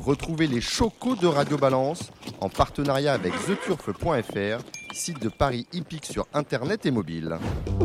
Retrouvez les chocos de Radio Balance en partenariat avec theturf.fr, site de paris hippique sur internet et mobile.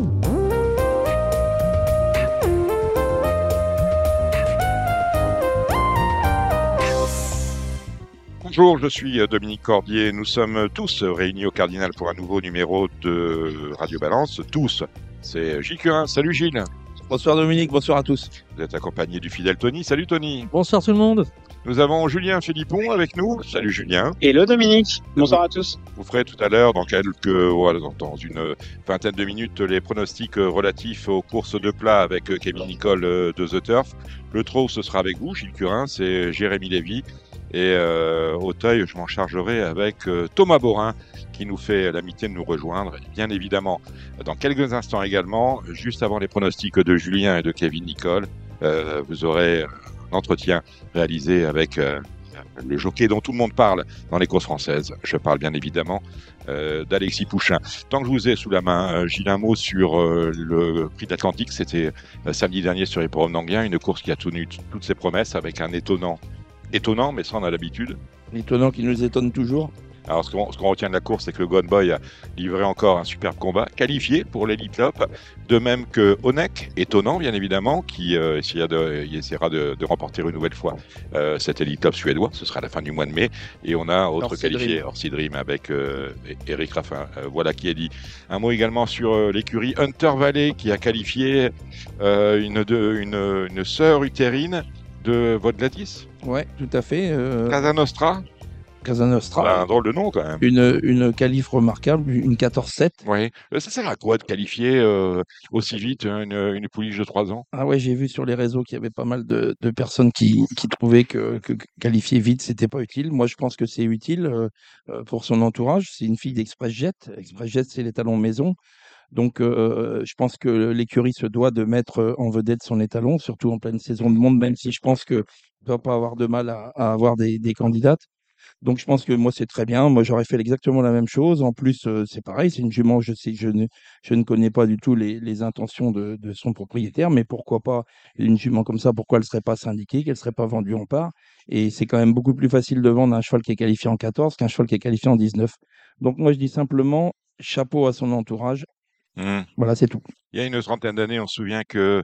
Bonjour, je suis Dominique Cordier. Nous sommes tous réunis au Cardinal pour un nouveau numéro de Radio Balance. Tous. C'est Gilles Curin. Salut Gilles. Bonsoir Dominique, bonsoir à tous. Vous êtes accompagné du fidèle Tony. Salut Tony. Bonsoir tout le monde. Nous avons Julien Philippon avec nous. Salut Julien. Hello Dominique, bonsoir à tous. Vous ferez tout à l'heure, dans une vingtaine de minutes, les pronostics relatifs aux courses de plat avec Kevin Nicole de The Turf. Le trot, ce sera avec vous, Gilles Curin, c'est Jérémy Lévy. Et Auteuil, je m'en chargerai avec Thomas Borin qui nous fait l'amitié de nous rejoindre. Et bien évidemment, dans quelques instants également, juste avant les pronostics de Julien et de Kevin Nicole, vous aurez un entretien réalisé avec le jockey dont tout le monde parle dans les courses françaises. Je parle bien évidemment d'Alexis Pouchin. Tant que je vous ai sous la main, Gilles, un mot sur le Prix de l'Atlantique. C'était samedi dernier sur l'hippodrome d'Anguien, une course qui a tenu toutes ses promesses avec un étonnant, mais ça on a l'habitude. L'étonnant qui nous étonne toujours. Alors ce qu'on retient de la course, c'est que le Gone Boy a livré encore un superbe combat, qualifié pour l'Elite Lopp, de même que Onek, étonnant bien évidemment, qui essaiera de remporter une nouvelle fois cet Elite Lopp suédois. Ce sera à la fin du mois de mai. Et on a autre qualifié, Orsi Dream, avec Eric Raffin. Voilà qui est dit. Un mot également sur l'écurie Hunter Valley, qui a qualifié une sœur utérine de votre Gladys. Ouais, tout à fait. Casa Nostra. Un drôle de nom quand même. Une qualif remarquable, une 14-7. Oui. Ça sert à quoi de qualifier aussi vite une pouliche de 3 ans? Ah ouais, j'ai vu sur les réseaux qu'il y avait pas mal de personnes qui trouvaient que qualifier vite, c'était pas utile. Moi, je pense que c'est utile pour son entourage. C'est une fille d'ExpressJet. ExpressJet, c'est l'étalon maison. Donc, je pense que l'écurie se doit de mettre en vedette son étalon, surtout en pleine saison de monde, même si je pense qu'il ne va pas avoir de mal à avoir des candidates. Donc, je pense que moi, c'est très bien. Moi, j'aurais fait exactement la même chose. En plus, c'est pareil, c'est une jument. Je sais que je ne connais pas du tout les intentions de son propriétaire, mais pourquoi pas une jument comme ça? Pourquoi elle ne serait pas syndiquée, qu'elle ne serait pas vendue en part? Et c'est quand même beaucoup plus facile de vendre un cheval qui est qualifié en 14 qu'un cheval qui est qualifié en 19. Donc, moi, je dis simplement chapeau à son entourage. Voilà, c'est tout. Il y a une trentaine d'années, on se souvient que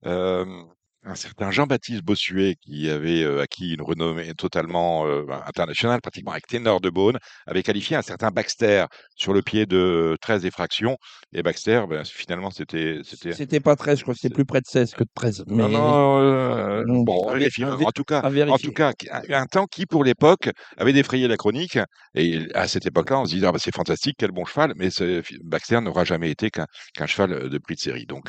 un certain Jean-Baptiste Bossuet, qui avait acquis une renommée totalement internationale, pratiquement avec Ténor de Beaune, avait qualifié un certain Baxter sur le pied de 13 effractions. Et Baxter, finalement, c'était... C'était pas 13, je crois que c'était plus près de 16 que de 13. Mais... bon, en tout cas, un temps qui, pour l'époque, avait défrayé la chronique. Et à cette époque-là, on se disait, c'est fantastique, quel bon cheval. Mais Baxter n'aura jamais été qu'un cheval de prix de série. Donc,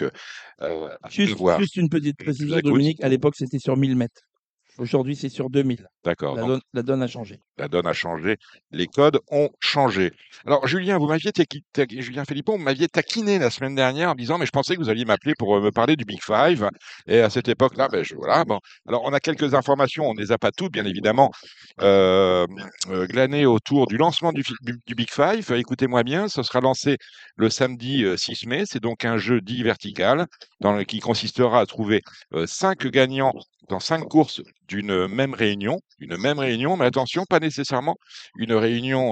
juste une petite précision, Dominique, à l'époque c'était sur 1000 mètres. Aujourd'hui c'est sur 2000. D'accord. La donne a changé. La donne a changé, les codes ont changé. Alors Julien, Julien Philippon, vous m'aviez taquiné la semaine dernière en disant mais je pensais que vous alliez m'appeler pour me parler du Big Five. Et à cette époque-là, voilà. Bon, alors on a quelques informations, on ne les a pas toutes bien évidemment, glanées autour du lancement du Big Five. Écoutez-moi bien, ce sera lancé le samedi 6 mai. C'est donc un jeu dit vertical qui consistera à trouver 5 gagnants dans 5 courses d'une même réunion, mais attention, pas nécessairement une réunion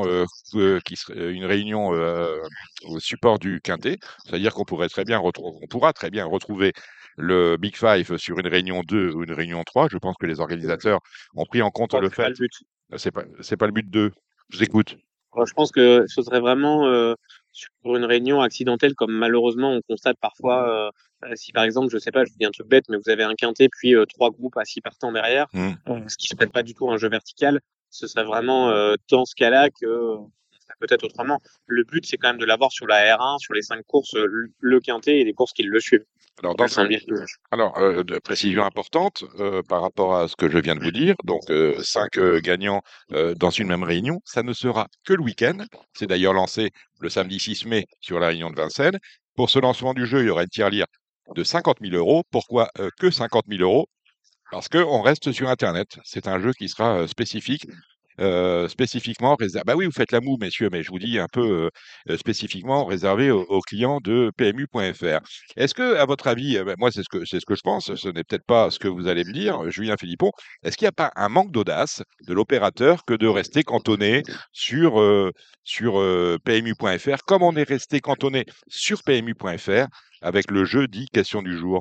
au support du quintet, c'est-à-dire qu'on pourra très bien retrouver le Big Five sur une réunion 2 ou une réunion 3. Je pense que les organisateurs ont pris en compte le fait. C'est pas le but de. Je vous écoute. Je pense que ce serait vraiment sur une réunion accidentelle, comme malheureusement on constate parfois. Si par exemple, je sais pas, je dis un truc bête, mais vous avez un quintet puis 3 groupes à 6 partants derrière, ce qui ne serait pas du tout un jeu vertical, ce serait vraiment dans ce cas-là que peut-être autrement. Le but, c'est quand même de l'avoir sur la R1, sur les 5 courses, le quintet et les courses qui le suivent. Alors, de précision importante par rapport à ce que je viens de vous dire. Donc, 5 gagnants dans une même réunion. Ça ne sera que le week-end. C'est d'ailleurs lancé le samedi 6 mai sur la réunion de Vincennes. Pour ce lancement du jeu, il y aura une tirelire de 50 000 €. Pourquoi que 50 000 €? Parce qu'on reste sur Internet. C'est un jeu qui sera spécifique spécifiquement réservé. Bah oui, vous faites la moue, messieurs, mais je vous dis un peu spécifiquement réservé aux clients de PMU.fr. Est-ce que, à votre avis, moi c'est ce que je pense, ce n'est peut-être pas ce que vous allez me dire, Julien Philippon, est-ce qu'il n'y a pas un manque d'audace de l'opérateur que de rester cantonné sur PMU.fr, comme on est resté cantonné sur PMU.fr avec le jeu dit question du jour?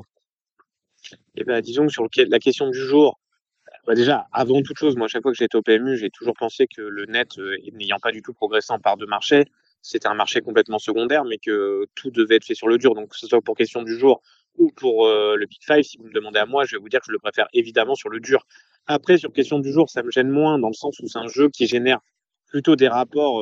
Et ben, disons que sur la question du jour, bah déjà, avant toute chose, moi, à chaque fois que j'ai été au PMU, j'ai toujours pensé que le net, n'ayant pas du tout progressé en part de marché, c'était un marché complètement secondaire, mais que tout devait être fait sur le dur. Donc, que ce soit pour question du jour ou pour le Big Five, si vous me demandez à moi, je vais vous dire que je le préfère évidemment sur le dur. Après, sur question du jour, ça me gêne moins dans le sens où c'est un jeu qui génère plutôt des rapports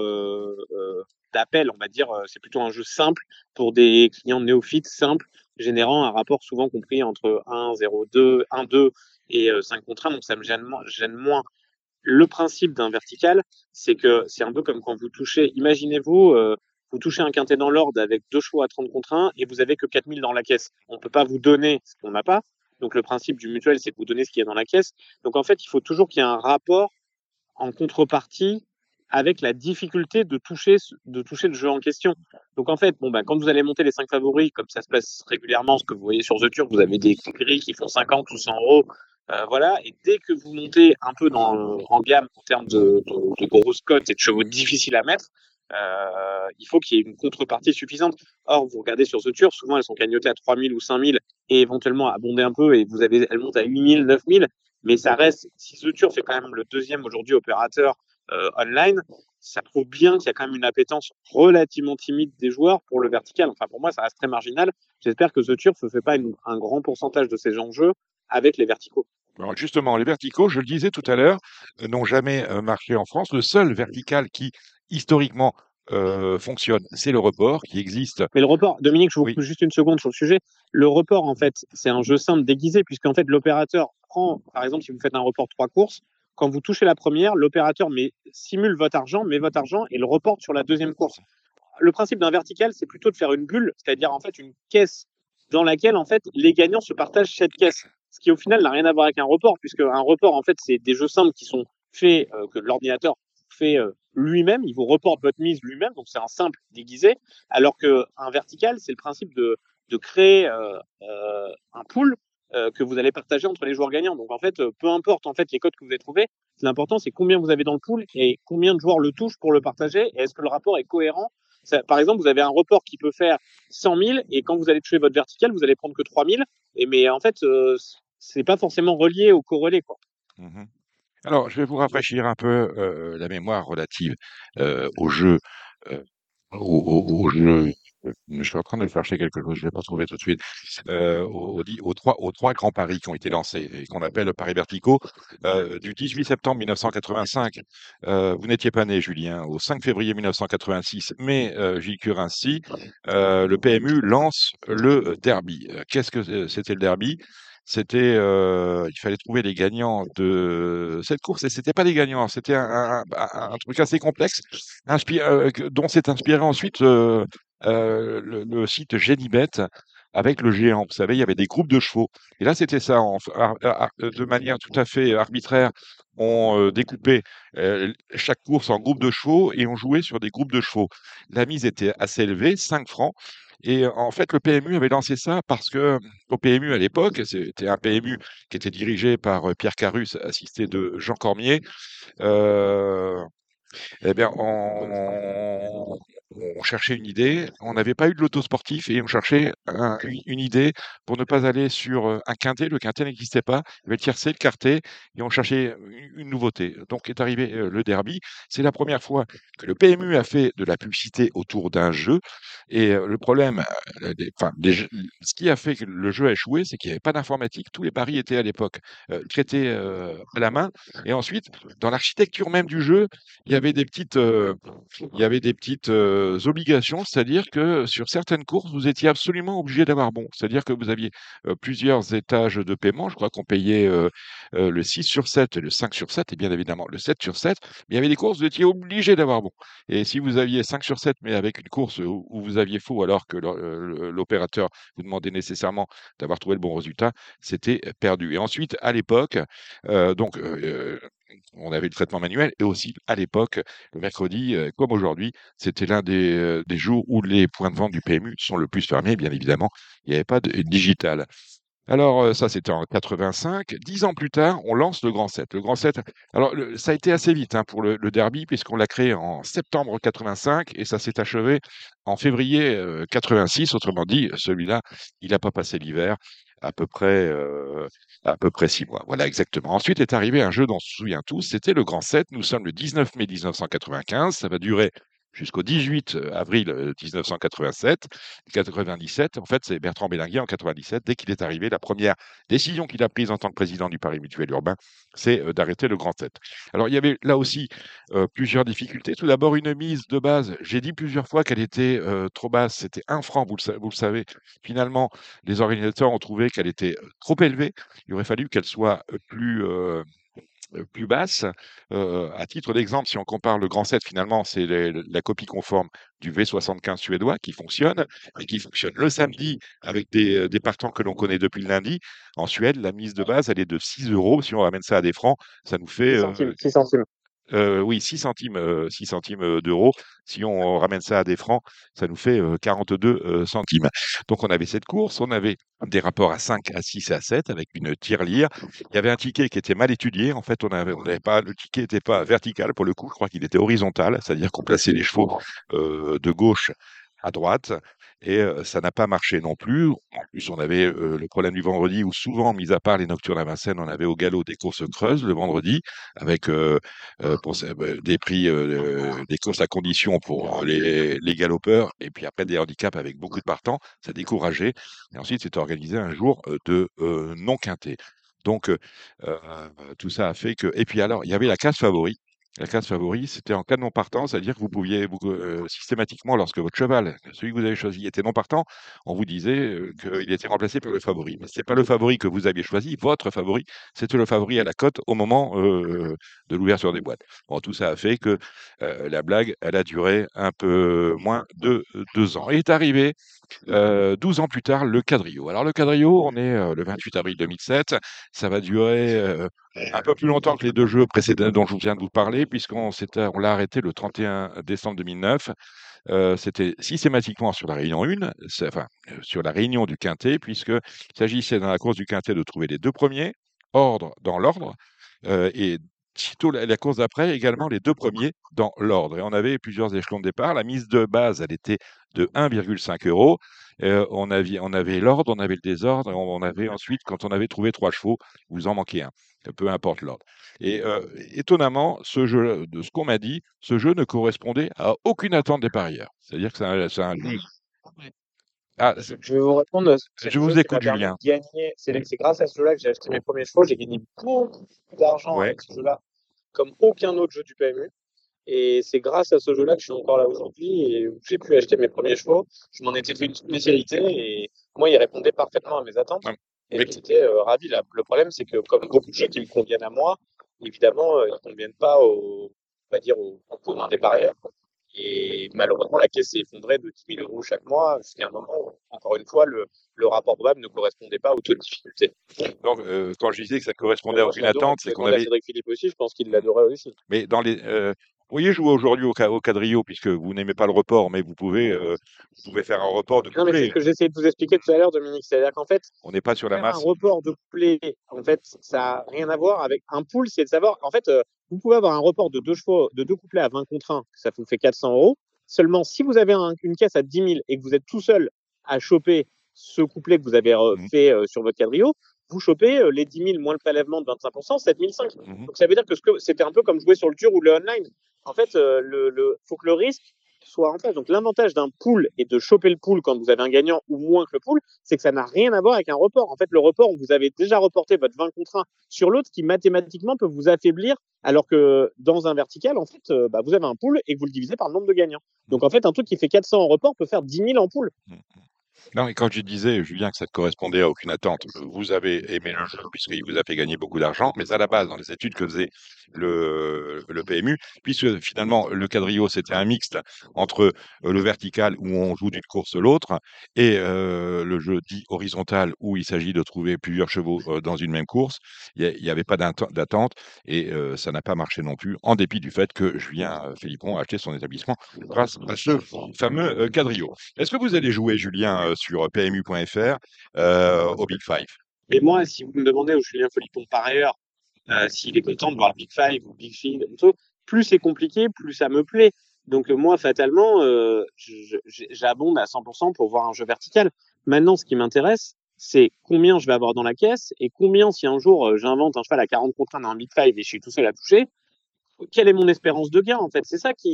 d'appel, on va dire. C'est plutôt un jeu simple pour des clients néophytes simples, générant un rapport souvent compris entre 1, 0, 2, 1, 2 et 5 contre 1, donc ça me gêne moins. Le principe d'un vertical, c'est que c'est un peu comme quand vous touchez, imaginez-vous, vous touchez un quintet dans l'ordre avec 2 chevaux à 30 contre 1 et vous avez que 4000 dans la caisse. On ne peut pas vous donner ce qu'on n'a pas. Donc le principe du mutuel, c'est de vous donner ce qu'il y a dans la caisse. Donc en fait, il faut toujours qu'il y ait un rapport en contrepartie avec la difficulté de toucher le jeu en question. Donc en fait, bon, ben, quand vous allez monter les 5 favoris, comme ça se passe régulièrement, ce que vous voyez sur The Turf, vous avez des grilles qui font 50 ou 100 euros. Voilà, et dès que vous montez un peu en gamme en termes de grosses cotes et de chevaux difficiles à mettre, il faut qu'il y ait une contrepartie suffisante. Or, vous regardez sur The Turf, souvent elles sont cagnotées à 3000 ou 5000 et éventuellement abondées un peu et elles montent à 8000, 9000. Mais ça reste, si The Turf est quand même le deuxième aujourd'hui opérateur online, ça prouve bien qu'il y a quand même une appétence relativement timide des joueurs pour le vertical. Enfin, pour moi, ça reste très marginal. J'espère que The Turf ne fait pas un grand pourcentage de ses enjeux avec les verticaux. Alors justement, les verticaux, je le disais tout à l'heure, n'ont jamais marché en France. Le seul vertical qui, historiquement, fonctionne, c'est le report qui existe. Mais le report, Dominique, je vous Oui. coupe juste une seconde sur le sujet. Le report, en fait, c'est un jeu simple déguisé, puisqu'en fait, l'opérateur prend, par exemple, si vous faites un report 3 courses, quand vous touchez la première, l'opérateur simule votre argent, met votre argent et le reporte sur la deuxième course. Le principe d'un vertical, c'est plutôt de faire une bulle, c'est-à-dire en fait une caisse dans laquelle en fait les gagnants se partagent cette caisse. Ce qui au final n'a rien à voir avec un report, puisque un report en fait c'est des jeux simples qui sont faits que l'ordinateur fait lui-même, il vous reporte votre mise lui-même, donc c'est un simple déguisé, alors qu'un vertical c'est le principe de créer un pool que vous allez partager entre les joueurs gagnants. Donc en fait, peu importe en fait les codes que vous avez trouvés, l'important c'est combien vous avez dans le pool et combien de joueurs le touchent pour le partager et est-ce que le rapport est cohérent. Par exemple, vous avez un report qui peut faire 100 000 et quand vous allez toucher votre vertical, vous allez prendre que 3 000. Mais en fait, c'est pas forcément relié au corrélé, quoi. Mmh. Alors, je vais vous rafraîchir un peu la mémoire relative au jeu, au jeu. Je suis en train de chercher quelque chose, je ne l'ai pas trouvé tout de suite. Aux trois grands paris qui ont été lancés et qu'on appelle paris verticaux, du 18 septembre 1985. Vous n'étiez pas né, Julien. Au 5 février 1986, mais Gilles Curin, si. Le PMU lance le derby. Qu'est-ce que c'était le derby? C'était, il fallait trouver les gagnants de cette course et c'était pas des gagnants, c'était un truc assez complexe, dont s'est inspiré ensuite le site Genibet avec le géant. Vous savez, il y avait des groupes de chevaux. Et là, c'était ça, de manière tout à fait arbitraire. On découpait chaque course en groupes de chevaux et on jouait sur des groupes de chevaux. La mise était assez élevée, 5 francs. Et en fait, le PMU avait lancé ça parce que au PMU à l'époque, c'était un PMU qui était dirigé par Pierre Carus, assisté de Jean Cormier. Euh, eh bien, on cherchait une idée. On n'avait pas eu de loto sportif et on cherchait une idée pour ne pas aller sur un quintet. Le quintet n'existait pas. Il y avait le tiercé, le quartet et on cherchait une nouveauté. Donc est arrivé le derby. C'est la première fois que le PMU a fait de la publicité autour d'un jeu. Et le problème, ce qui a fait que le jeu a échoué, c'est qu'il n'y avait pas d'informatique. Tous les paris étaient à l'époque traités à la main. Et ensuite, dans l'architecture même du jeu, il y avait des petites, obligations, c'est-à-dire que sur certaines courses, vous étiez absolument obligé d'avoir bon. C'est-à-dire que vous aviez plusieurs étages de paiement. Je crois qu'on payait le 6 sur 7 et le 5 sur 7 et bien évidemment le 7 sur 7. Mais il y avait des courses, vous étiez obligé d'avoir bon. Et si vous aviez 5 sur 7, mais avec une course où vous aviez faux alors que l'opérateur vous demandait nécessairement d'avoir trouvé le bon résultat, c'était perdu. Et ensuite, à l'époque, donc on avait le traitement manuel et aussi à l'époque, le mercredi, comme aujourd'hui, c'était l'un des jours où les points de vente du PMU sont le plus fermés, bien évidemment. Il n'y avait pas de digital. Alors, ça, c'était en 85. 10 ans plus tard, on lance le Grand 7. Le Grand 7, alors, ça a été assez vite hein, pour le derby, puisqu'on l'a créé en septembre 85 et ça s'est achevé en février 86. Autrement dit, celui-là, il n'a pas passé l'hiver, à peu près, euh, à peu près 6 mois. Voilà, exactement. Ensuite est arrivé un jeu dont on se souvient tous, c'était le Grand 7. Nous sommes le 19 mai 1995. Ça va durer jusqu'au 18 avril 1987. 97, en fait, c'est Bertrand Bélinguier en 97, dès qu'il est arrivé, la première décision qu'il a prise en tant que président du Paris Mutuel Urbain, c'est d'arrêter le Grand 7. Alors, il y avait là aussi plusieurs difficultés. Tout d'abord, une mise de base. J'ai dit plusieurs fois qu'elle était trop basse. C'était 1 franc, vous le savez. Finalement, les organisateurs ont trouvé qu'elle était trop élevée. Il aurait fallu qu'elle soit plus basse. À titre d'exemple, si on compare le Grand 7, finalement, c'est la copie conforme du V75 suédois qui fonctionne, et qui fonctionne le samedi avec des partants que l'on connaît depuis le lundi. En Suède, la mise de base, elle est de 6 euros. Si on ramène ça à des francs, ça nous fait 6 centimes. oui, 6 centimes d'euros. Si on ramène ça à des francs, ça nous fait 42 centimes. Donc on avait cette course, on avait des rapports à 5, à 6 et à 7 avec une tirelire. Il y avait un ticket qui était mal étudié. En fait, on n'avait pas, le ticket n'était pas vertical pour le coup, je crois qu'il était horizontal, c'est-à-dire qu'on plaçait les chevaux de gauche à droite et ça n'a pas marché non plus. En plus, on avait le problème du vendredi où souvent, mis à part les nocturnes à Vincennes, on avait au galop des courses creuses le vendredi avec des prix, des courses à condition pour les galopeurs, et puis après des handicaps avec beaucoup de partants, ça décourageait. Et ensuite, c'est organisé un jour de non quinté. Donc, tout ça a fait que. Et puis alors, il y avait la case favori. La case favori, c'était en cas de non partant, c'est-à-dire que vous pouviez systématiquement, lorsque votre cheval, celui que vous avez choisi, était non partant, on vous disait qu'il était remplacé par le favori. Mais ce n'est pas le favori que vous aviez choisi, votre favori, c'était le favori à la cote au moment de l'ouverture des boîtes. Bon, tout ça a fait que la blague, elle a duré un peu moins de 2 ans. Et est arrivé 12 ans plus tard, le quadrillot. Alors, le quadrillot, on est le 28 avril 2007. Ça va durer un peu plus longtemps que les 2 jeux précédents dont je viens de vous parler, on l'a arrêté le 31 décembre 2009. C'était systématiquement sur la réunion 1, enfin, sur la réunion du quintet, puisqu'il s'agissait dans la course du quintet de trouver les 2 premiers, dans l'ordre, et sitôt la course d'après, également les 2 premiers dans l'ordre. Et on avait plusieurs échelons de départ. La mise de base, elle était de 1,5 euros. On avait l'ordre, on avait le désordre, et on avait ensuite, quand on avait trouvé 3 chevaux, vous en manquez un, peu importe l'ordre. Et étonnamment, ce jeu, de ce qu'on m'a dit, ce jeu ne correspondait à aucune attente des parieurs. C'est-à-dire que c'est un jeu. Ah, Je vais vous répondre. je vous écoute, Julien. C'est grâce à ce jeu-là que j'ai acheté mes premiers chevaux. J'ai gagné beaucoup d'argent Ouais. avec ce jeu-là, comme aucun autre jeu du PMU. Et c'est grâce à ce jeu-là que je suis encore là aujourd'hui et où j'ai pu acheter mes premiers chevaux. Je m'en étais fait une spécialité et moi, il répondait parfaitement à mes attentes. Ouais. Et Mais- j'étais ravi. Là. Le problème, c'est que comme beaucoup de jeux qui me conviennent à moi, évidemment, ils ne conviennent pas on va dire, au commun des parieurs. Et malheureusement, la caisse s'est effondrée de 10 000 euros chaque mois jusqu'à un moment où, encore une fois, le rapport probable ne correspondait pas au taux de difficulté. Donc, quand je disais que ça correspondait à aucune attente, c'est qu'on avait. Cédric Philippe aussi, je pense qu'il l'adorait aussi. Mais vous pourriez jouer aujourd'hui au quadrillot, puisque vous n'aimez pas le report, mais vous pouvez faire un report de Non, mais c'est couplet. ce que j'essayais de vous expliquer tout à l'heure, Dominique. C'est-à-dire qu'en fait, On n'est pas sur la faire un masse. report de couplet, en fait, ça n'a rien à voir avec un pool, c'est de savoir, en fait, vous pouvez avoir un report de 2 chevaux, de 2 couplets à 20 contre 1, ça vous fait 400 euros. Seulement, si vous avez une caisse à 10 000 et que vous êtes tout seul à choper ce couplet que vous avez fait sur votre quadrillot, vous chopez les 10 000 moins le prélèvement de 25%, 7 500. Donc, ça veut dire que c'était un peu comme jouer sur le dur ou le online. En fait, faut que le risque soit en place. Donc, l'avantage d'un pool et de choper le pool quand vous avez un gagnant ou moins que le pool, c'est que ça n'a rien à voir avec un report. En fait, le report, vous avez déjà reporté votre 20 contre 1 sur l'autre, qui mathématiquement peut vous affaiblir, alors que dans un vertical, en fait, vous avez un pool et que vous le divisez par le nombre de gagnants. Donc, en fait, un truc qui fait 400 en report peut faire 10 000 en pool. Non, et quand je disais, Julien, que ça ne correspondait à aucune attente, vous avez aimé le jeu puisqu'il vous a fait gagner beaucoup d'argent, mais à la base, dans les études que faisait le PMU, puisque finalement le quadrio c'était un mixte entre le vertical où on joue d'une course à l'autre et le jeu dit horizontal où il s'agit de trouver plusieurs chevaux dans une même course. Il n'y avait pas d'attente et ça n'a pas marché non plus, en dépit du fait que Julien Philippon a acheté son établissement grâce à ce fameux quadrio. Est-ce que vous allez jouer, Julien, sur PMU.fr au Big Five? Et moi, si vous me demandez où Julien Philippon par ailleurs, s'il est content de voir le Big Five ou Big Five, plus c'est compliqué, plus ça me plaît. Donc moi, fatalement, j'abonde à 100% pour voir un jeu vertical. Maintenant, ce qui m'intéresse, c'est combien je vais avoir dans la caisse et combien, si un jour j'invente un cheval à 40 contre 1 dans un Big Five et je suis tout seul à toucher, quelle est mon espérance de gain en fait? C'est ça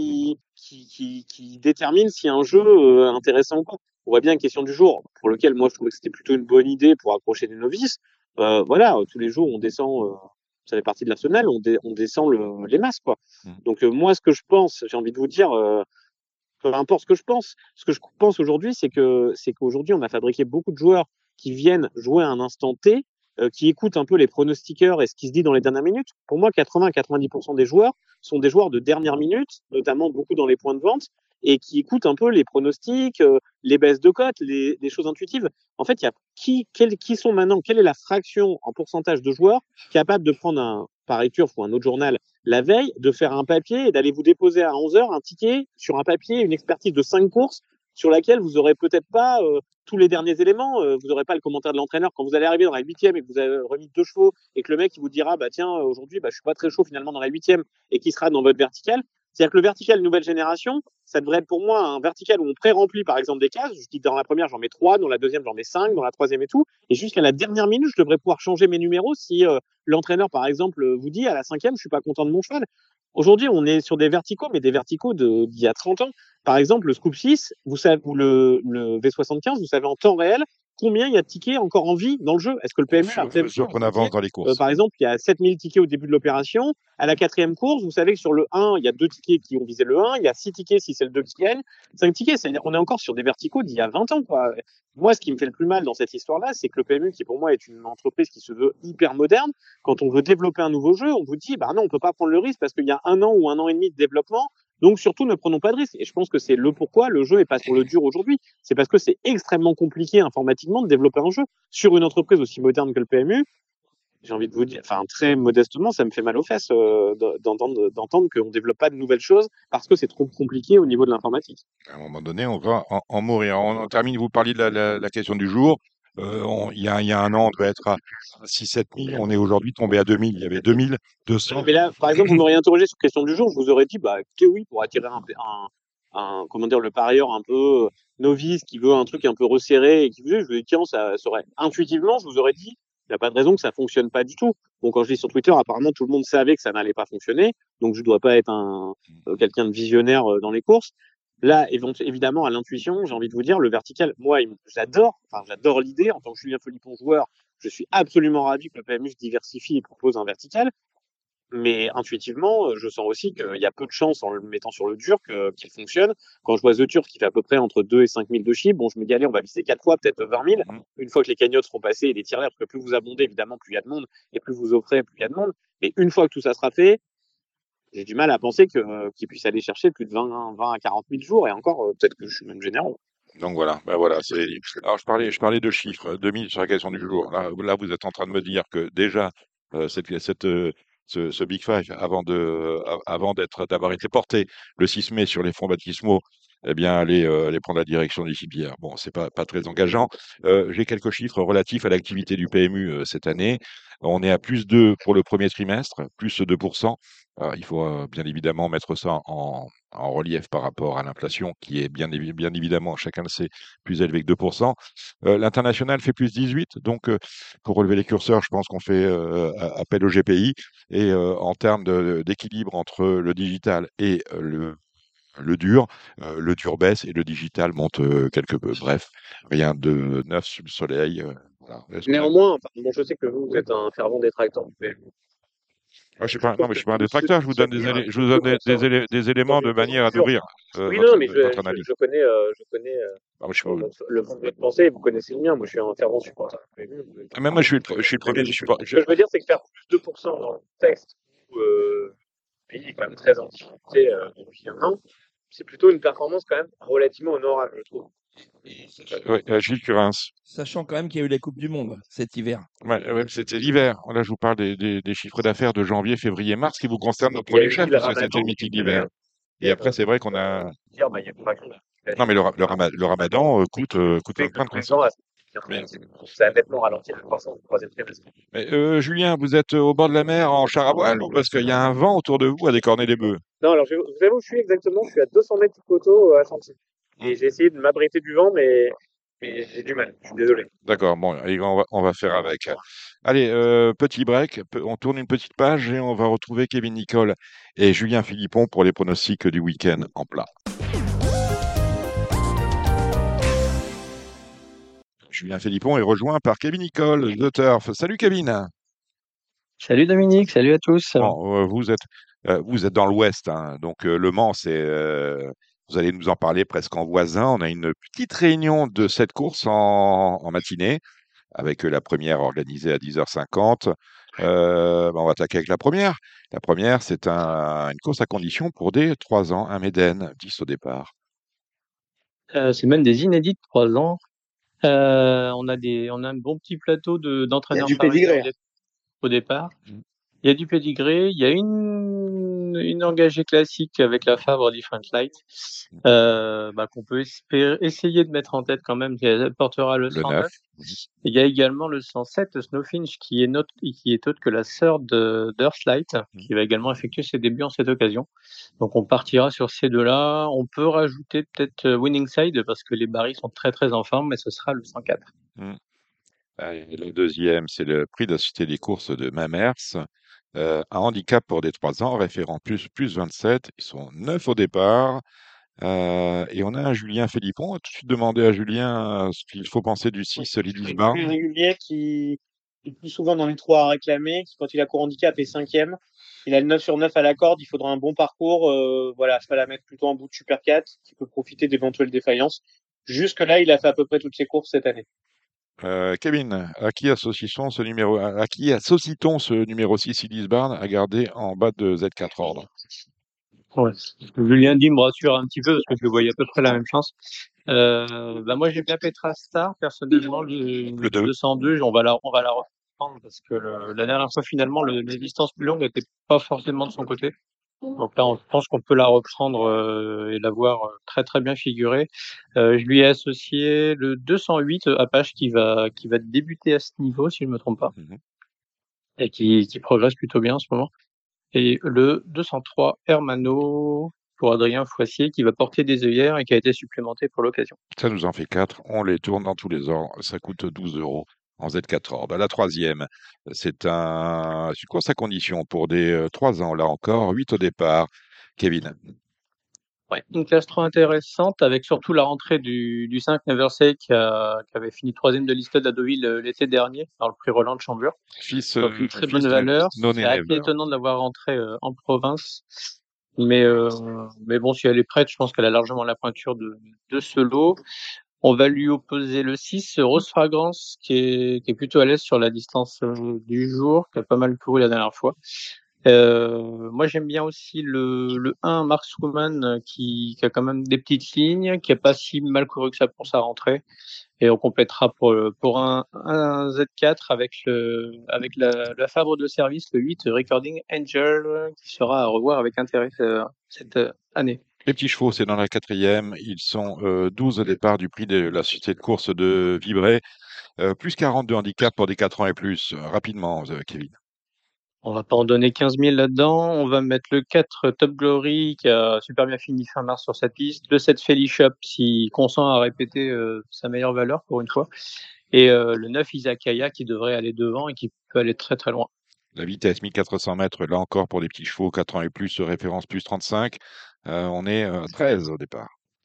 qui détermine si un jeu est intéressant ou pas. On voit bien une question du jour, pour lequel moi je trouvais que c'était plutôt une bonne idée pour accrocher des novices. Voilà, tous les jours on descend, ça fait partie de l'arsenal, on descend les masses quoi. Donc moi ce que je pense, j'ai envie de vous dire, peu importe ce que je pense aujourd'hui, c'est qu'aujourd'hui on a fabriqué beaucoup de joueurs qui viennent jouer à un instant T, qui écoutent un peu les pronostiqueurs et ce qui se dit dans les dernières minutes. Pour moi, 80-90% des joueurs sont des joueurs de dernière minute, notamment beaucoup dans les points de vente, et qui écoutent un peu les pronostics, les baisses de cotes, les choses intuitives. En fait, il y a qui sont maintenant, quelle est la fraction en pourcentage de joueurs capables de prendre un Paris Turf ou un autre journal la veille, de faire un papier et d'aller vous déposer à 11 heures un ticket sur un papier, une expertise de 5 courses sur laquelle vous aurez peut-être pas tous les derniers éléments, vous n'aurez pas le commentaire de l'entraîneur quand vous allez arriver dans la huitième et que vous avez remis 2 chevaux et que le mec il vous dira bah tiens aujourd'hui bah je suis pas très chaud finalement dans la huitième et qui sera dans votre verticale. C'est-à-dire que le vertical nouvelle génération, ça devrait être pour moi un vertical où on pré-remplit par exemple des cases. Je dis dans la première j'en mets 3, dans la deuxième j'en mets 5, dans la troisième et tout. Et jusqu'à la dernière minute, je devrais pouvoir changer mes numéros si l'entraîneur par exemple vous dit à la cinquième je suis pas content de mon cheval. Aujourd'hui, on est sur des verticaux, mais des verticaux d'il y a 30 ans. Par exemple, le Scoop 6, vous savez, ou le V75, vous savez en temps réel combien il y a de tickets encore en vie dans le jeu. Est-ce que le PMU a Bien sûr qu'on avance dans les courses. par exemple, il y a 7000 tickets au début de l'opération. À la quatrième course, vous savez que sur le 1, il y a 2 tickets qui ont visé le 1, il y a 6 tickets si c'est le 2 qui gagne, 5 tickets. C'est-à-dire qu'on est encore sur des verticaux d'il y a 20 ans. Quoi. Moi, ce qui me fait le plus mal dans cette histoire-là, c'est que le PMU, qui pour moi est une entreprise qui se veut hyper moderne, quand on veut développer un nouveau jeu, on vous dit, bah non, on peut pas prendre le risque parce qu'il y a 1 an ou 1 an et demi de développement. Donc surtout, ne prenons pas de risques. Et je pense que c'est le pourquoi le jeu est pas sur le dur aujourd'hui. C'est parce que c'est extrêmement compliqué informatiquement de développer un jeu sur une entreprise aussi moderne que le PMU. J'ai envie de vous dire, enfin très modestement, ça me fait mal aux fesses d'entendre qu'on développe pas de nouvelles choses parce que c'est trop compliqué au niveau de l'informatique. À un moment donné, on va en mourir. On termine, vous parliez de la question du jour. Il y a 1 an, on devait être à 6-7 000. On est aujourd'hui tombé à 2000. Il y avait 2200. Mais là, par exemple, vous m'auriez interrogé sur question du jour, je vous aurais dit, bah, écoutez, oui, pour attirer comment dire, le parieur un peu novice qui veut un truc un peu resserré et qui veut, je vous ai dit, tiens, ça serait intuitivement, je vous aurais dit, il n'y a pas de raison que ça fonctionne pas du tout. Bon, quand je dis sur Twitter, apparemment, tout le monde savait que ça n'allait pas fonctionner. Donc, je dois pas être quelqu'un de visionnaire dans les courses. Là, évidemment, à l'intuition, j'ai envie de vous dire, le vertical, moi, j'adore l'idée. En tant que Julien Philippon joueur, je suis absolument ravi que le PMU se diversifie et propose un vertical. Mais intuitivement, je sens aussi qu'il y a peu de chances en le mettant sur le dur qu'il fonctionne. Quand je vois The Turf qui fait à peu près entre 2 et 5 000 de chiffres, bon, je me dis, allez, on va viser 4 fois, peut-être 20 000. Une fois que les cagnottes seront passées et les tirelires, parce que plus vous abondez, évidemment, plus il y a de monde, et plus vous offrez, plus il y a de monde. Mais une fois que tout ça sera fait, j'ai du mal à penser qu'ils puissent aller chercher plus de 20 à 40 000 jours, et encore, peut-être que je suis même généreux. Donc voilà, ben voilà. Alors je parlais de chiffres, 2000 sur la question du jour. Là, vous êtes en train de me dire que déjà, ce Big Five, avant d'avoir été porté le 6 mai sur les fonds baptismaux, eh bien, allez prendre la direction d'ici hier. Bon, c'est pas très engageant. J'ai quelques chiffres relatifs à l'activité du PMU cette année. On est à +2 pour le premier trimestre, plus 2%. Il faut bien évidemment mettre ça en relief par rapport à l'inflation qui est bien évidemment, chacun le sait, plus élevée que 2%. L'international fait plus 18. Donc, pour relever les curseurs, je pense qu'on fait appel au GPI. Et en termes d'équilibre entre le digital et le dur baisse et le digital monte quelque peu. Bref, rien de neuf sous le soleil. Voilà. Néanmoins, bon, je sais que vous êtes un fervent détracteur du PMU. Je suis pas un détracteur, je vous donne des éléments de manière à nourrir Oui, non, mais votre analyse. je connais le fond de votre pensée, vous connaissez le mien. Moi, je suis un fervent supporter du PMU. Même moi, je suis le premier. Ce que je veux dire, c'est que faire plus de 2% dans le texte il est quand même très en difficulté depuis un an. C'est plutôt une performance quand même relativement honorable, je trouve. Oui, Gilles Curins. Sachant quand même qu'il y a eu la Coupe du Monde cet hiver. Ouais, c'était l'hiver. Là, je vous parle des chiffres d'affaires de janvier, février, mars qui vous concernent notre Il y a premier eu chef, le parce que Ramadan c'était le meeting d'hiver. Et après, c'est vrai qu'on a. il y a pas grand- Non, mais le Ramadan coûte fait plein que de tous les personnes. ans, Mais, ça a nettement ralenti la croissance du troisième trimestre. Julien, vous êtes au bord de la mer en char à voile ou parce qu'il y a un vent autour de vous à décorner des bœufs? Non, alors vous avoue, je suis à 200 mètres du coteau à Chantilly. Et j'ai essayé de m'abriter du vent, mais j'ai du mal, je suis désolé. D'accord, bon, allez, on va faire avec. Allez, petit break, on tourne une petite page et on va retrouver Kevin Nicole et Julien Philippon pour les pronostics du week-end en plat. Julien Philippon est rejoint par Kevin Nicole, The Turf. Salut Kevin. Salut Dominique, salut à tous. Bon, vous êtes dans l'Ouest, hein, donc Le Mans, vous allez nous en parler presque en voisin. On a une petite réunion de cette course en matinée, avec la première organisée à 10h50. On va attaquer avec la première. La première, c'est une course à condition pour des 3 ans, un Méden, 10 au départ. C'est même des inédits de 3 ans. On a un bon petit plateau d'entraîneurs du parisiens pédigré. au départ. Mm. Il y a du pédigré, il y a une engagée classique avec la Fabre Different Light, qu'on peut essayer de mettre en tête quand même, qui portera le Le 109. 9. Il y a également le 107 Snowfinch qui est autre que la sœur d'Earthlight, qui va également effectuer ses débuts en cette occasion. Donc on partira sur ces deux-là. On peut rajouter peut-être Winning Side parce que les barils sont très très en forme, mais ce sera le 104. Le deuxième, c'est le prix de la Société des courses de Mamers. Un handicap pour des 3 ans, référent plus 27. Ils sont 9 au départ. Et on a un Julien Philippon. On va tout de suite demander à Julien ce qu'il faut penser du 6 Lidis Bar. Plus régulier qui est plus souvent dans les 3 à réclamer, qui quand il a court handicap est 5e. Il a le 9 sur 9 à la corde, il faudra un bon parcours. Voilà, je vais la mettre plutôt en bout de Super 4 qui peut profiter d'éventuelles défaillances. Jusque-là, il a fait à peu près toutes ses courses cette année. Kevin, à qui associe-t-on ce numéro 6 Lidis Barn à garder en bas de Z4 ordre? Ouais. Julien dit me rassure un petit peu parce que je le voyais à peu près la même chance. Moi j'ai bien Petra Star personnellement, le 202, on va la reprendre parce que la dernière fois finalement les distances plus longues n'étaient pas forcément de son côté. Donc là, je pense qu'on peut la reprendre et la voir très très bien figurée. Je lui ai associé le 208 Apache qui va débuter à ce niveau si je me trompe pas et qui progresse plutôt bien en ce moment. Et le 203 Hermano pour Adrien Foissier qui va porter des œillères et qui a été supplémenté pour l'occasion. Ça nous en fait 4. On les tourne dans tous les ordres. Ça coûte 12 € en Z4 ordre. La troisième, c'est une course à condition pour des 3 ans, là encore. 8 au départ. Kevin. Ouais, une classe trop intéressante avec surtout la rentrée du 5 Neversay qui avait fini 3e de listed à Deauville l'été dernier dans le prix Roland de Chambure. Donc une très bonne valeur. C'est assez étonnant de l'avoir rentrée en province. Mais bon, si elle est prête, je pense qu'elle a largement la pointure de ce lot. On va lui opposer le 6, Rose Fragrance, qui est plutôt à l'aise sur la distance du jour, qui a pas mal couru la dernière fois. Moi, j'aime bien aussi le 1, Markswoman, qui a quand même des petites lignes, qui a pas si mal couru que ça pour sa rentrée. Et on complétera pour un Z4 avec la Fabre de service, le 8, Recording Angel, qui sera à revoir avec intérêt cette année. Les petits chevaux, c'est dans la 4e. Ils sont 12 au départ du prix de la société de course de Vibré. Plus 42 handicap pour des 4 ans et plus. Rapidement, Kevin. On va pas en donner 15 000 là-dedans. On va mettre le 4 Top Glory qui a super bien fini fin mars sur sa piste. Le 7 Felishop s'il consent à répéter sa meilleure valeur pour une fois. Et le 9 Izakaya qui devrait aller devant et qui peut aller très très loin. La vitesse 1400 mètres, là encore pour des petits chevaux, 4 ans et plus, référence plus 35. On est 13 au départ.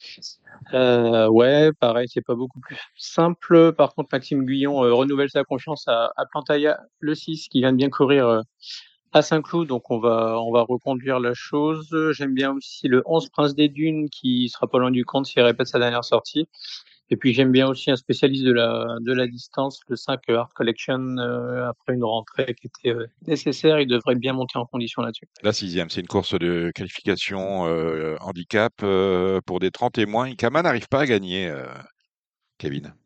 Ouais, pareil, c'est pas beaucoup plus simple. Par contre, Maxime Guyon renouvelle sa confiance à Plantaya, le 6, qui vient de bien courir à Saint-Cloud, donc on va reconduire la chose. J'aime bien aussi le 11 Prince des Dunes, qui sera pas loin du compte s'il répète sa dernière sortie. Et puis j'aime bien aussi un spécialiste de la distance, le 5 Art Collection, après une rentrée qui était nécessaire, il devrait bien monter en condition là-dessus. La 6e, c'est une course de qualification handicap pour des 30 et moins. Ikama n'arrive pas à gagner, Kevin.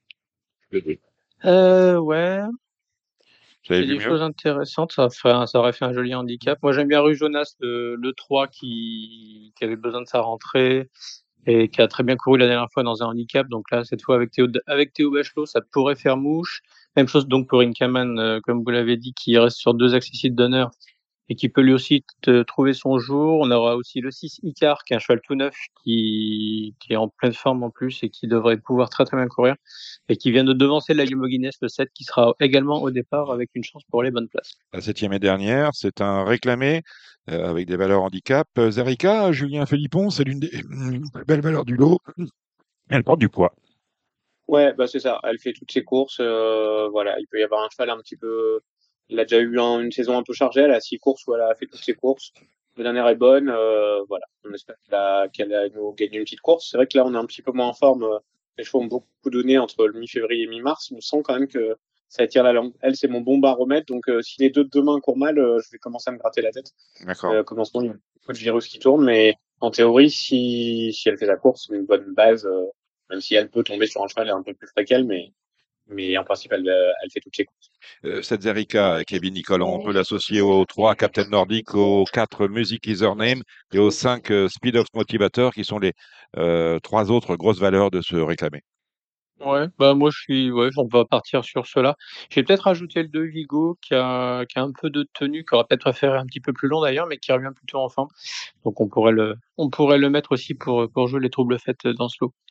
Ouais, Vous avez il y a vu des mieux? choses intéressantes, ça aurait fait un joli handicap. Moi j'aime bien Rue Jonas, le 3 qui avait besoin de sa rentrée et qui a très bien couru la dernière fois dans un handicap. Donc là, cette fois avec Théo Bachelot, ça pourrait faire mouche. Même chose donc pour Inkaman, comme vous l'avez dit, qui reste sur 2 accessibles d'honneur et qui peut lui aussi trouver son jour. On aura aussi le 6 Icar, qui est un cheval tout neuf, qui est en pleine forme en plus et qui devrait pouvoir très très bien courir et qui vient de devancer la Guinness, le 7, qui sera également au départ avec une chance pour les bonnes places. La 7e et dernière, c'est un réclamé avec des valeurs handicap. Zerika, Julien Philippon, c'est l'une des plus belles valeurs du lot. Elle porte du poids. Ouais, bah c'est ça. Elle fait toutes ses courses. Voilà, il peut y avoir un cheval un petit peu. Il a déjà eu une saison un peu chargée. Elle a 6 courses où elle a fait toutes ses courses. La dernière est bonne. Voilà, on espère qu'elle a nous gagné une petite course. C'est vrai que là, on est un petit peu moins en forme. Les chevaux ont beaucoup donné entre le mi-février et mi-mars. On sent quand même que ça attire la langue. Elle, c'est mon bon baromètre. Donc, si les deux de demain courent mal, je vais commencer à me gratter la tête. D'accord. Comme en ce moment, il y a beaucoup de virus qui tournent. Mais en théorie, si elle fait sa course, c'est une bonne base. Même si elle peut tomber sur un cheval un peu plus frais qu'elle, mais en principe, elle fait toutes ses courses. Cette Zerika, Kevin Nicolas, on peut l'associer aux 3 Captain Nordic, aux 4 Music Is Her Name et aux 5 Speed of Motivator qui sont les 3 autres grosses valeurs de ce réclamé. Ouais, bah moi ouais, on va partir sur cela. J'ai peut-être rajouté le 2 Vigo qui a un peu de tenue, qui aurait peut-être préféré un petit peu plus long d'ailleurs, mais qui revient plutôt en forme. Donc on pourrait le mettre aussi pour jouer les troubles faites dans ce lot.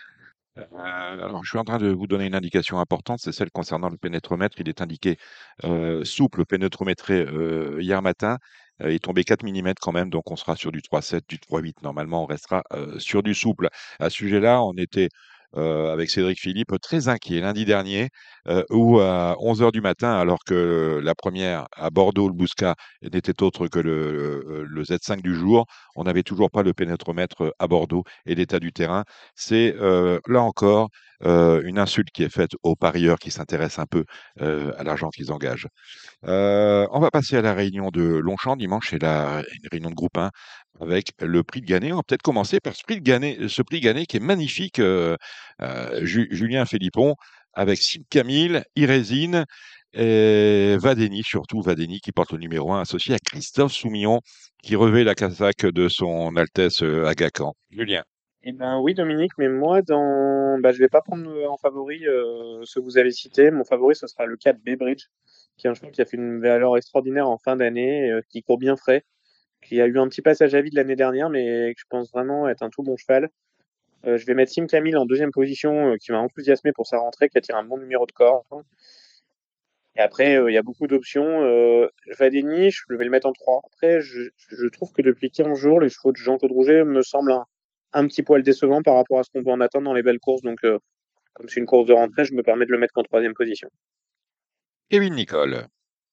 Alors, je suis en train de vous donner une indication importante, c'est celle concernant le pénétromètre. Il est indiqué souple pénétrométré hier matin. Il est tombé 4 millimètres quand même, donc on sera sur du 3,7, du 3,8. Normalement, on restera sur du souple. À ce sujet-là, on était avec Cédric Philippe très inquiet lundi dernier, où à 11 heures du matin, alors que la première à Bordeaux, le Bouscat, n'était autre que le Z5 du jour, on n'avait toujours pas le pénétromètre à Bordeaux et l'état du terrain. C'est là encore une insulte qui est faite aux parieurs qui s'intéressent un peu à l'argent qu'ils engagent. On va passer à la réunion de Longchamp dimanche, c'est une réunion de groupe 1 avec le prix de Gannet. On va peut-être commencer par ce prix de Gannet qui est magnifique, Julien Philippon, avec Sim Camille, Irésine et Vadeni, surtout Vadeni qui porte le numéro 1, associé à Christophe Soumillon, qui revêt la casaque de son Altesse Aga Khan. Julien. Eh ben oui, Dominique, mais moi, je vais pas prendre en favori ceux que vous avez cités. Mon favori, ce sera le 4 Baybridge, qui est un cheval qui a fait une valeur extraordinaire en fin d'année, qui court bien frais, qui a eu un petit passage à vide l'année dernière, mais que je pense vraiment être un tout bon cheval. Je vais mettre Sim Camille en deuxième position, qui m'a enthousiasmé pour sa rentrée, qui attire un bon numéro de corps. Et après, il y a beaucoup d'options. Vadeni, je vais le mettre en 3. Après, je trouve que depuis 15 jours, les chevaux de Jean-Claude Rouget me semblent un petit poil décevant par rapport à ce qu'on peut en attendre dans les belles courses. Donc, comme c'est une course de rentrée, je me permets de le mettre qu'en troisième position. Kevin Nicole.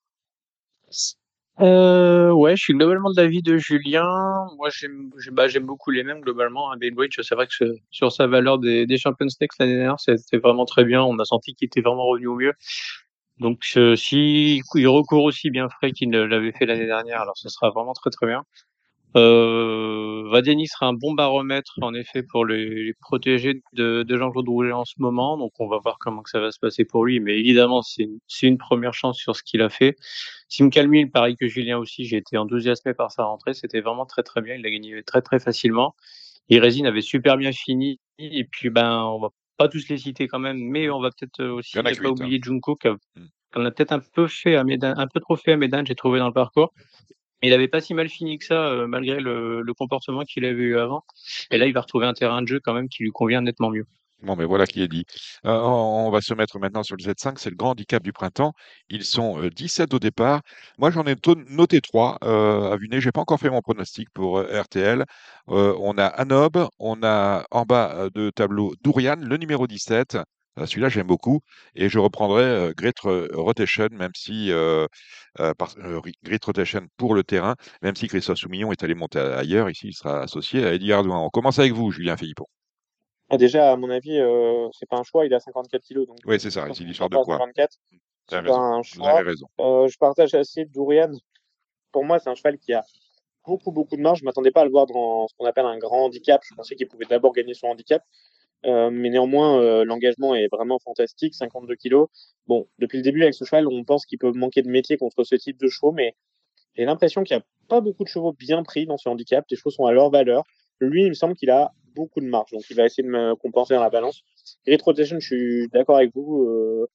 Ouais, je suis globalement de l'avis de Julien. Moi, j'aime beaucoup les mêmes globalement. Hein. Baybridge, c'est vrai que sur sa valeur des Champions Stakes l'année dernière, c'était vraiment très bien. On a senti qu'il était vraiment revenu au mieux. Donc, si il recourt aussi bien frais qu'il ne l'avait fait l'année dernière, alors ce sera vraiment très très bien. Vadeni sera un bon baromètre en effet pour les protégés de Jean-Claude Rouget en ce moment. Donc, on va voir comment que ça va se passer pour lui. Mais évidemment, c'est une première chance sur ce qu'il a fait. Sim Calmil, pareil que Julien aussi, j'ai été enthousiasmé par sa rentrée. C'était vraiment très très bien. Il l'a gagné très très facilement. Irésine avait super bien fini. Et puis, on va pas tous les citer quand même, mais on va peut-être aussi ne pas oublier Junko, qu'on a peut-être un peu trop fait à Médane, j'ai trouvé dans le parcours. Mais il avait pas si mal fini que ça, malgré le comportement qu'il avait eu avant. Et là, il va retrouver un terrain de jeu quand même qui lui convient nettement mieux. Bon, mais voilà qui est dit. On va se mettre maintenant sur le Z5, c'est le grand handicap du printemps. Ils sont 17 au départ. Moi, j'en ai noté 3 à vue nez. Je n'ai pas encore fait mon pronostic pour RTL. On a Anob, on a en bas de tableau Dourian, le numéro 17. Celui-là, j'aime beaucoup. Et je reprendrai Great Rotation, même si Great Rotation pour le terrain, même si Christophe Soumillon est allé monter ailleurs. Ici, il sera associé à Eddie Ardouin. On commence avec vous, Julien Philippon. Déjà, à mon avis, c'est pas un choix, il a 54 kilos, donc Oui, c'est je ça, pense c'est qu'il l'histoire de sera pas à poids. 54. Tu as C'est pas raison. un Vous avez choix. raison. Je partage assez Dourian. Pour moi, c'est un cheval qui a beaucoup de marge. Je m'attendais pas à le voir dans ce qu'on appelle un grand handicap. Je pensais qu'il pouvait d'abord gagner son handicap. Mais néanmoins, l'engagement est vraiment fantastique, 52 kilos. Bon, depuis le début avec ce cheval, on pense qu'il peut manquer de métier contre ce type de chevaux, mais j'ai l'impression qu'il n'y a pas beaucoup de chevaux bien pris dans ce handicap. Les chevaux sont à leur valeur. Lui, il me semble qu'il a beaucoup de marge, donc il va essayer de me compenser dans la balance. Grit Rotation, je suis d'accord avec vous.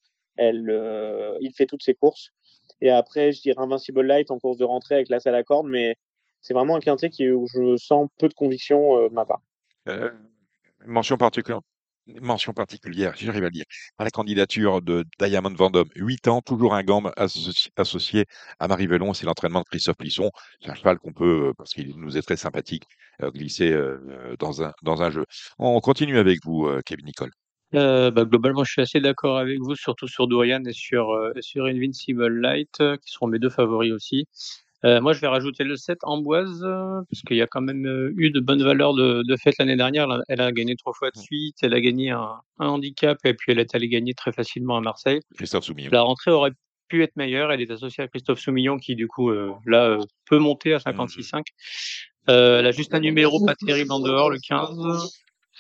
Il fait toutes ses courses. Et après, je dirais Invincible Light en course de rentrée avec l'as à la corde, mais c'est vraiment un quintet où je sens peu de conviction de ma part. Euh, mention particulière. Mention particulière, j'arrive à le dire, à la candidature de Diamond Vendôme, 8 ans, toujours un gant associé à Marie Velon, c'est l'entraînement de Christophe Plisson. C'est un cheval qu'on peut, parce qu'il nous est très sympathique, glisser dans un jeu. On continue avec vous, Kevin Nicole. Globalement, je suis assez d'accord avec vous, surtout sur Dorian et sur Invincible Light, qui seront mes deux favoris aussi. Moi, je vais rajouter le 7 Amboise, parce qu'il y a quand même eu de bonnes valeurs de fête l'année dernière. Elle a gagné 3 fois de suite, elle a gagné un handicap, et puis elle est allée gagner très facilement à Marseille. Christophe Soumillon. La rentrée aurait pu être meilleure. Elle est associée à Christophe Soumillon, qui du coup, peut monter à 56,5. Elle a juste un numéro pas terrible en dehors, le 15.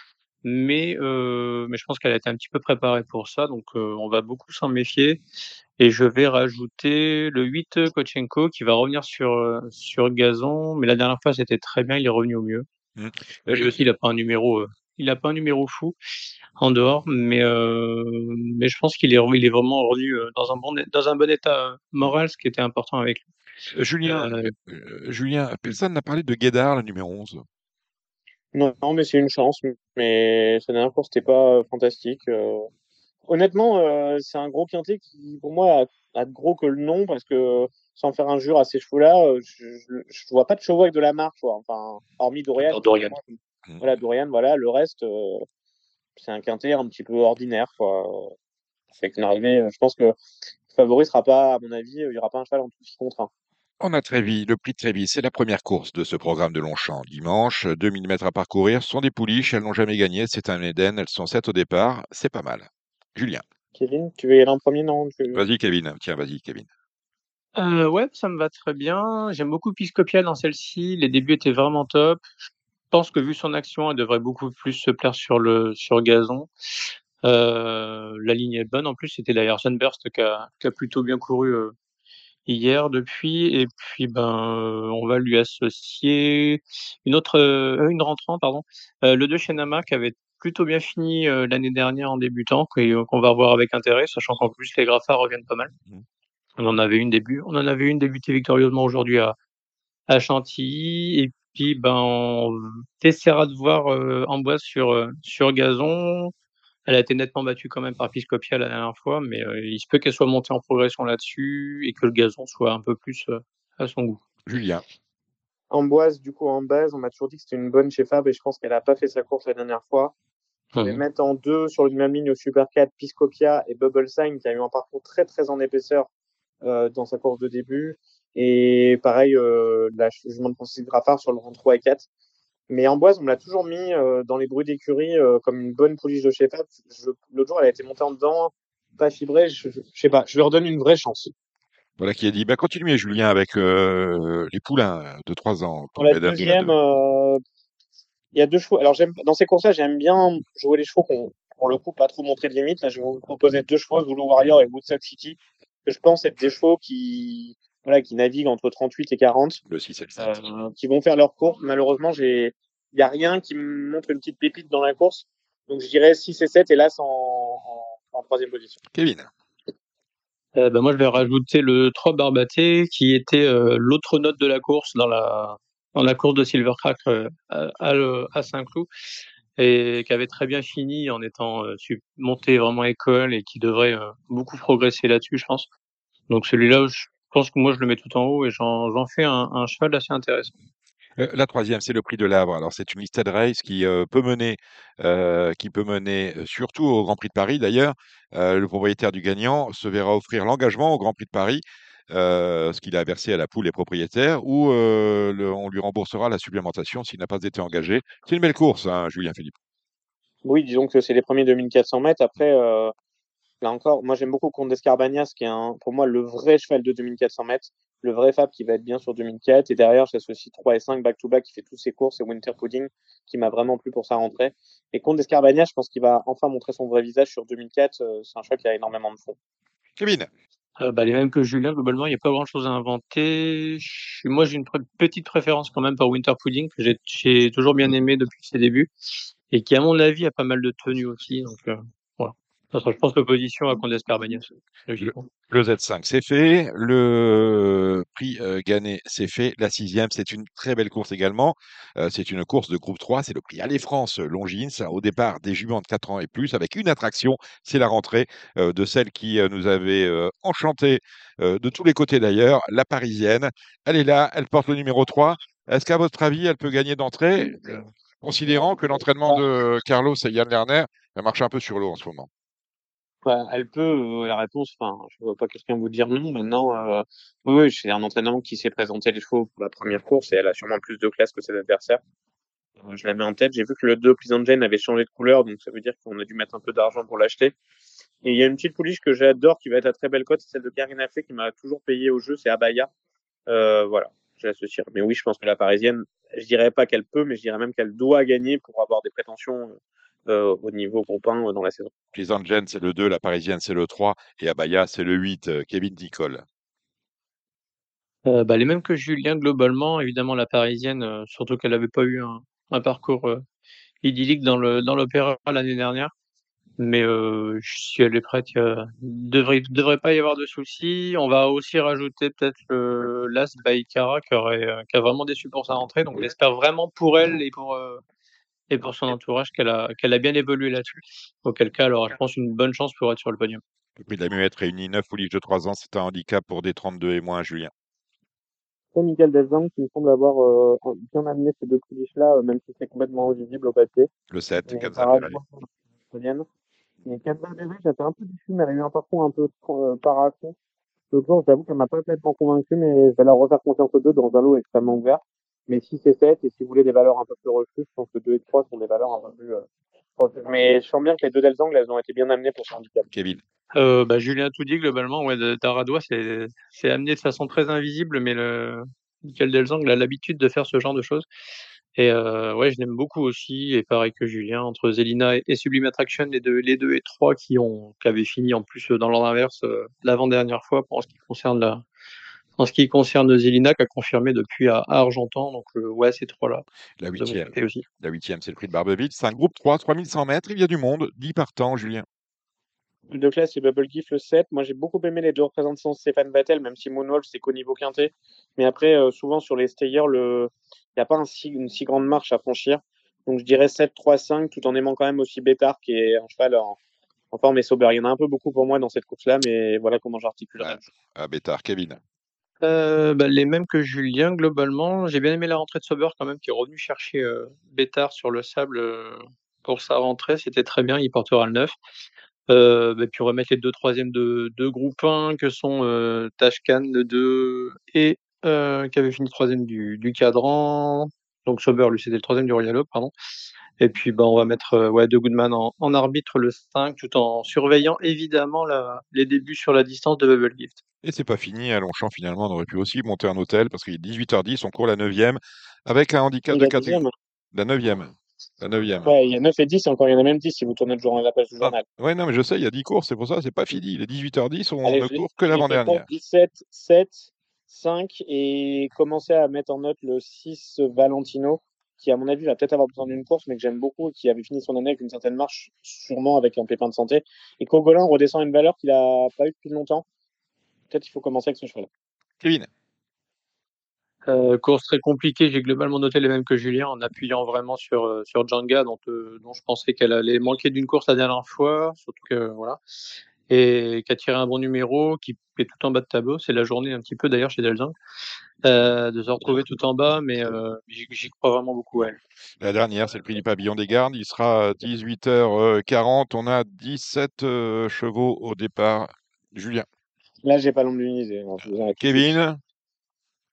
Mais je pense qu'elle a été un petit peu préparée pour ça, donc on va beaucoup s'en méfier. Et je vais rajouter le 8 Kochenko, qui va revenir sur gazon, mais la dernière fois c'était très bien, il est revenu au mieux. Mmh. Lui aussi, il a pas un numéro fou en dehors, mais je pense il est vraiment revenu dans un bon état moral, ce qui était important avec lui. Julien, personne n'a parlé de Guédard, le numéro 11. Non, mais c'est une chance. Mais sa dernière course, c'était pas fantastique. Honnêtement, c'est un gros quintet qui, pour moi, a de gros que le nom, parce que sans faire injure à ces chevaux-là, je vois pas de chevaux avec de la marque, quoi. Enfin, hormis Dorian. Dorian. Voilà, Dorian, voilà. Le reste, c'est un quintet un petit peu ordinaire, quoi. Avec une arrivée, je pense que le favori sera pas, à mon avis, il y aura pas un cheval en tout 6 contre 1. On a Trévis, le prix de Trévis, c'est la première course de ce programme de Longchamp. Dimanche, 2000 mètres à parcourir, ce sont des pouliches, elles n'ont jamais gagné, c'est un Eden, elles sont 7 au départ, c'est pas mal. Julien. Kevin, tu veux y aller en premier, non? Vas-y Kevin, tiens, vas-y Kevin. Ouais, ça me va très bien. J'aime beaucoup Piscopia dans celle-ci. Les débuts étaient vraiment top. Je pense que vu son action, elle devrait beaucoup plus se plaire sur gazon. La ligne est bonne. En plus, c'était d'ailleurs Sunburst qui a plutôt bien couru hier depuis. Et puis, on va lui associer une rentrant, pardon. Le 2 Shenama, qui avait plutôt bien fini l'année dernière en débutant, qu'on va revoir avec intérêt, sachant qu'en plus les Graffas reviennent pas mal. On en avait une débutée victorieusement aujourd'hui à Chantilly. Et puis, on essaiera de voir Amboise sur gazon. Elle a été nettement battue quand même par Piscopia la dernière fois, mais il se peut qu'elle soit montée en progression là-dessus et que le gazon soit un peu plus à son goût. Julien. Amboise, du coup, en base, on m'a toujours dit que c'était une bonne chez Fab et je pense qu'elle n'a pas fait sa course la dernière fois. Je vais mettre en deux sur une même ligne au Super 4 Piscopia et Bubble Sign, qui a eu un parcours très en épaisseur dans sa course de début. Et pareil, je demande Francis Graffard sur le rang 3 et 4. Mais Amboise, on me l'a toujours mis dans les bruits d'écurie comme une bonne pouliche de chez Fab. L'autre jour, elle a été montée en dedans, pas fibrée. Je sais pas, je leur donne une vraie chance. Voilà qui a dit. Continuez, Julien, avec les poulains de 3 ans. Pour la deuxième, il y a deux chevaux. Alors, dans ces courses-là, j'aime bien jouer les chevaux qu'on, pour le coup, pas trop montré de limite. Là, je vais vous proposer deux chevaux, Zulu Warrior et Woodstock City, que je pense être des chevaux qui naviguent entre 38 et 40. Le 6 et le 7. Qui vont faire leur course. Malheureusement, il y a rien qui me montre une petite pépite dans la course. Donc, je dirais 6 et 7 et là, en troisième position. Kevin. Moi, je vais rajouter le 3 Barbaté, qui était l'autre note de la course dans la course de Silvercrack à Saint-Cloud, et qui avait très bien fini en étant monté vraiment école et qui devrait beaucoup progresser là-dessus, je pense. Donc celui-là, je pense que moi, je le mets tout en haut et j'en fais un cheval assez intéressant. La troisième, c'est le prix de l'Avre. Alors, c'est une listed race qui peut mener, surtout au Grand Prix de Paris. D'ailleurs, le propriétaire du gagnant se verra offrir l'engagement au Grand Prix de Paris, ce qu'il a versé à la poule et propriétaires, ou on lui remboursera la supplémentation s'il n'a pas été engagé. C'est une belle course, hein, Julien Philippe. Oui, disons que c'est les premiers 2400 mètres. Après, là encore, moi j'aime beaucoup Comte d'Escarbagnas, qui est pour moi le vrai cheval de 2400 mètres, le vrai Fab qui va être bien sur 2004. Et derrière, j'associe 3 et 5 back-to-back qui fait toutes ses courses et Winter Pudding qui m'a vraiment plu pour sa rentrée. Et Comte d'Escarbagnas, je pense qu'il va enfin montrer son vrai visage sur 2004. C'est un cheval qui a énormément de fond. Kevin. Les mêmes que Julien, globalement, il n'y a pas grand-chose à inventer. Moi, j'ai une petite préférence quand même pour Winter Pudding, que j'ai toujours bien aimé depuis ses débuts, et qui, à mon avis, a pas mal de tenues aussi. Donc, voilà. Ça sera, je pense, l'opposition à Comte d'Escarbagnas, logiquement. Le Z5, c'est fait. Le prix Gannet, c'est fait. La 6e, c'est une très belle course également. C'est une course de groupe 3. C'est le prix Allez France Longines. Au départ, des juments de 4 ans et plus, avec une attraction. C'est la rentrée de celle qui nous avait enchantés de tous les côtés d'ailleurs, la Parisienne. Elle est là, elle porte le numéro 3. Est-ce qu'à votre avis, elle peut gagner d'entrée, considérant que l'entraînement de Carlos et Yann Lerner marche un peu sur l'eau en ce moment? Elle peut, la réponse, enfin, je vois pas quelqu'un vous dire non. Maintenant, oui, c'est un entraînement qui s'est présenté les chevaux pour la première course et elle a sûrement plus de classe que ses adversaires. Je la mets en tête. J'ai vu que le 2 Pleasant Jane avait changé de couleur, donc ça veut dire qu'on a dû mettre un peu d'argent pour l'acheter. Et il y a une petite pouliche que j'adore qui va être à très belle cote, c'est celle de Karina Fay qui m'a toujours payé au jeu, c'est Abaya. Voilà, je l'associe. Mais oui, je pense que la Parisienne, je dirais pas qu'elle peut, mais je dirais même qu'elle doit gagner pour avoir des prétentions au niveau groupe 1 dans la saison. Pleasant Jane, c'est le 2, la Parisienne, c'est le 3, et Abaya, c'est le 8, Kevin Nicole. Les mêmes que Julien, globalement, évidemment, la Parisienne, surtout qu'elle n'avait pas eu un parcours idyllique dans l'Opéra l'année dernière. Mais si elle est prête, devrait pas y avoir de soucis. On va aussi rajouter peut-être l'As Baïkara qui a vraiment déçu pour sa rentrée. Donc j'espère vraiment pour elle et pour son entourage qu'elle a bien évolué là-dessus. Auquel cas, elle aura, je pense, une bonne chance pour être sur le podium. Le prix de la Muette réunit 9 pouliches de 3 ans. C'est un handicap pour des 32 et moins, Julien. C'est Miguel Delzang qui me semble avoir bien amené ces deux pouliches-là, même si c'est complètement invisible au papier. Le 7, Mais Kansas par Ferrari. italienne. Mais Kansas Ferrari, j'étais un peu déçu, mais elle a eu un parcours un peu paracon. L'autre jour, j'avoue qu'elle m'a pas complètement convaincu, mais je vais leur refaire confiance aux deux dans un lot extrêmement ouvert. Mais 6 et 7, et si vous voulez des valeurs un peu plus refuges, je pense que 2 et 3 sont des valeurs un peu plus refuges. Mais je sens bien que les deux Delzang, elles ont été bien amenées pour ce handicap. Kevin. Julien a tout dit globalement. Ouais, Taradois, c'est amené de façon très invisible, mais Michael Delzang a l'habitude de faire ce genre de choses. Et ouais, je l'aime beaucoup aussi. Et pareil que Julien, entre Zelina et Sublime Attraction, les deux et trois qui avaient fini en plus dans l'ordre inverse l'avant-dernière fois pour en ce qui concerne Zelina, qui a confirmé depuis à Argentan. Donc ouais, ces trois-là. La De mon 8e. côté aussi. La 8e, c'est le prix de Barbeville. C'est un groupe 3, 3100 mètres. Il y a du monde. 10 partants, Julien. De classe, c'est Bubble Gift le 7. Moi, j'ai beaucoup aimé les deux représentants de Stéphane Vattel, même si Moonwolf, c'est qu'au niveau quintet. Mais après, souvent sur les stayers, il n'y a pas une si grande marche à franchir. Donc, je dirais 7, 3, 5, tout en aimant quand même aussi Bétard, qui est un cheval en forme et sober. Il y en a un peu beaucoup pour moi dans cette course-là, mais voilà comment j'articulerai. Bétard, Kevin. Les mêmes que Julien, globalement. J'ai bien aimé la rentrée de Sauber quand même, qui est revenu chercher Bétard sur le sable pour sa rentrée. C'était très bien, il portera le 9. Puis on va mettre les deux troisièmes de groupe 1 que sont Tashkan, le 2, et qui avait fini troisième du cadran. Donc Sauber, lui, c'était le troisième du Royal Oak, pardon. Et puis on va mettre De Goodman en arbitre le 5, tout en surveillant évidemment les débuts sur la distance de Bubble Gift. Et c'est pas fini. À Longchamp, finalement, on aurait pu aussi monter un hôtel parce qu'il est 18h10. On court la 9e avec un handicap de catégorie. La 9e. La 9e. Ouais, il y a 9 et 10, et encore il y en a même 10 si vous tournez toujours la page du journal. Ouais, non, mais je sais, il y a 10 courses, c'est pour ça, c'est pas fini. Il est 18h10, on ne court que l'avant-dernière. 17, 7, 5, et commencer à mettre en note le 6 Valentino, qui à mon avis va peut-être avoir besoin d'une course, mais que j'aime beaucoup, et qui avait fini son année avec une certaine marche, sûrement avec un pépin de santé. Et Cogolin redescend une valeur qu'il n'a pas eu depuis longtemps. Peut-être qu'il faut commencer avec ce cheval. Kevin. Course très compliquée, j'ai globalement noté les mêmes que Julien en appuyant vraiment sur Djanga dont je pensais qu'elle allait manquer d'une course la dernière fois, surtout que voilà, et qui a tiré un bon numéro, qui est tout en bas de tableau. C'est la journée un petit peu d'ailleurs chez Delzang de se retrouver tout en bas, mais j'y crois vraiment beaucoup à elle. La dernière, c'est le prix du Pavillon des Gardes. Il sera 18h40. On a 17 chevaux au départ. Julien. Là, j'ai pas l'ombre d'une idée. Kevin.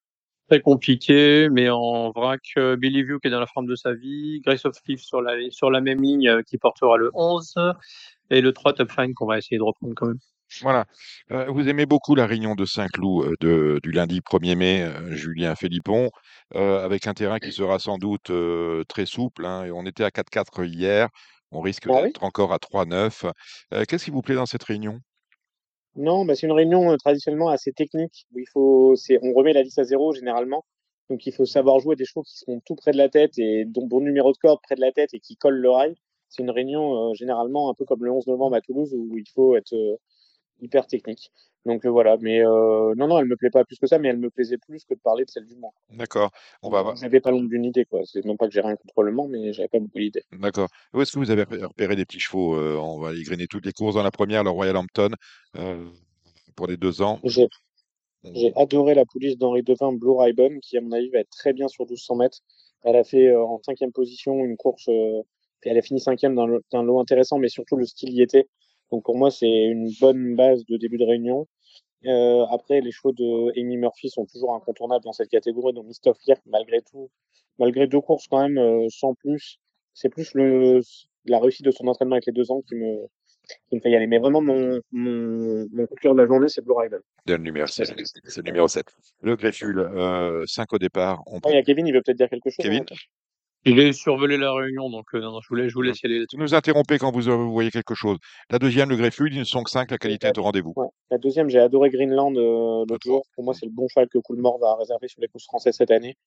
Très compliqué, mais en vrac, Believe You qui est dans la forme de sa vie, Grace of Thief sur la même ligne qui portera le 11 et le 3 Top Fine qu'on va essayer de reprendre quand même. Voilà. Vous aimez beaucoup la réunion de Saint-Cloud du lundi 1er mai, Julien Philippon, avec un terrain qui sera sans doute très souple, hein, et on était à 4-4 hier, on risque Ah oui? d'être encore à 3-9. Qu'est-ce qui vous plaît dans cette réunion? Non, bah, c'est une réunion traditionnellement assez technique où on remet la liste à zéro généralement. Donc il faut savoir jouer des chevaux qui sont tout près de la tête et dont bon numéro de corde près de la tête et qui collent l'oreille. C'est une réunion généralement un peu comme le 11 novembre à Toulouse où il faut être hyper technique. Donc voilà, mais non, non, elle me plaît pas plus que ça, mais elle me plaisait plus que de parler de celle du Mans. D'accord. On va voir. J'avais pas l'ombre d'une idée, quoi. C'est non pas que j'ai rien contre le Mans, mais j'avais pas beaucoup d'idées. D'accord. Où est-ce que vous avez repéré des petits chevaux? On va égrener toutes les courses dans la première, le Royal Hampton, pour les 2 ans. J'ai J'ai adoré la pouliche d'Henri Devin Blue Ribbon, qui à mon avis va être très bien sur 1200 mètres. Elle a fait en 5e position une course, et elle a fini 5e d'un lot intéressant, mais surtout le style y était. Donc pour moi, c'est une bonne base de début de réunion. Après, les chevaux de Amy Murphy sont toujours incontournables dans cette catégorie, donc Mist of Fear, malgré tout, malgré 2 courses quand même sans plus. C'est plus la réussite de son entraînement avec les 2 ans qui me fait y aller. Mais vraiment, mon coup de cœur de la journée, c'est Blue Ribbon. Le numéro 7. C'est le numéro 7. Le Greffule, 5 au départ. Il y a Kevin, il veut peut-être dire quelque chose. Kevin? Il est survolé la réunion, donc non, je voulais laisser aller là-dessus. Vous nous interrompez quand vous voyez quelque chose. La deuxième, le Greffule, ils ne sont que 5, la qualité est au rendez-vous. Ouais. La deuxième, j'ai adoré Greenland l'autre jour. Pour moi, c'est le bon cheval que Coolmore va réserver sur les courses françaises cette année.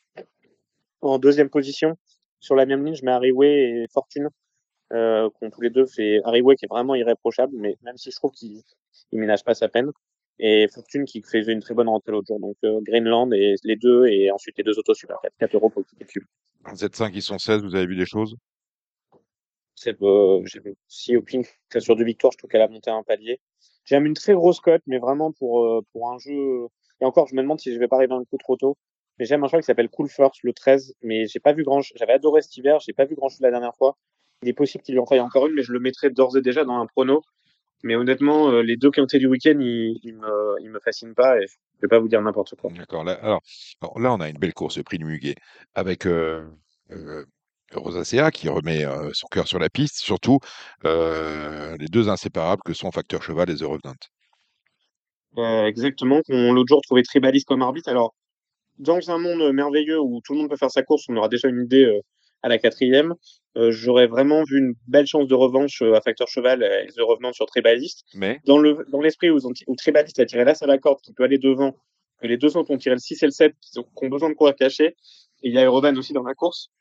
En deuxième position, sur la même ligne, je mets Harryway et Fortune, qui ont tous les deux fait Harryway qui est vraiment irréprochable, mais même si je trouve qu'il ménage pas sa peine. Et Fortune qui faisait une très bonne rentrée l'autre jour. Donc Greenland et les deux, et ensuite les 2 autos super 4 euros pour le petit cube. Vous êtes 5, ils sont 16, vous avez vu des choses? J'ai vu si au Pink, sur 2 victoires, je trouve qu'elle a monté un palier. J'aime une très grosse cote, mais vraiment pour un jeu. Et encore, je me demande si je vais pas arriver un coup trop tôt. Mais j'aime un cheval qui s'appelle Cool First, le 13, mais j'ai pas vu j'avais adoré cet hiver, j'ai pas vu grand chose la dernière fois. Il est possible qu'il lui en faille encore une, mais je le mettrai d'ores et déjà dans un prono. Mais honnêtement, les 2 quintés du week-end, ils me fascinent pas et je vais pas vous dire n'importe quoi. D'accord. Alors là, on a une belle course, le prix du Muguet, avec Rosacea qui remet son cœur sur la piste, surtout les 2 inséparables que sont Facteur Cheval et The Revenant. Exactement, qu'on l'autre jour trouvait Tribaliste comme arbitre. Alors, dans un monde merveilleux où tout le monde peut faire sa course, on aura déjà une idée à la 4e. J'aurais vraiment vu une belle chance de revanche à Facteur Cheval et The Revenant sur Tribaliste. Mais Dans l'esprit où Tribaliste a tiré l'As à la corde, qui peut aller devant, que les 2 autres ont tiré le 6 et le 7, qui ont besoin de courir caché, et il y a Eurovan aussi dans la course.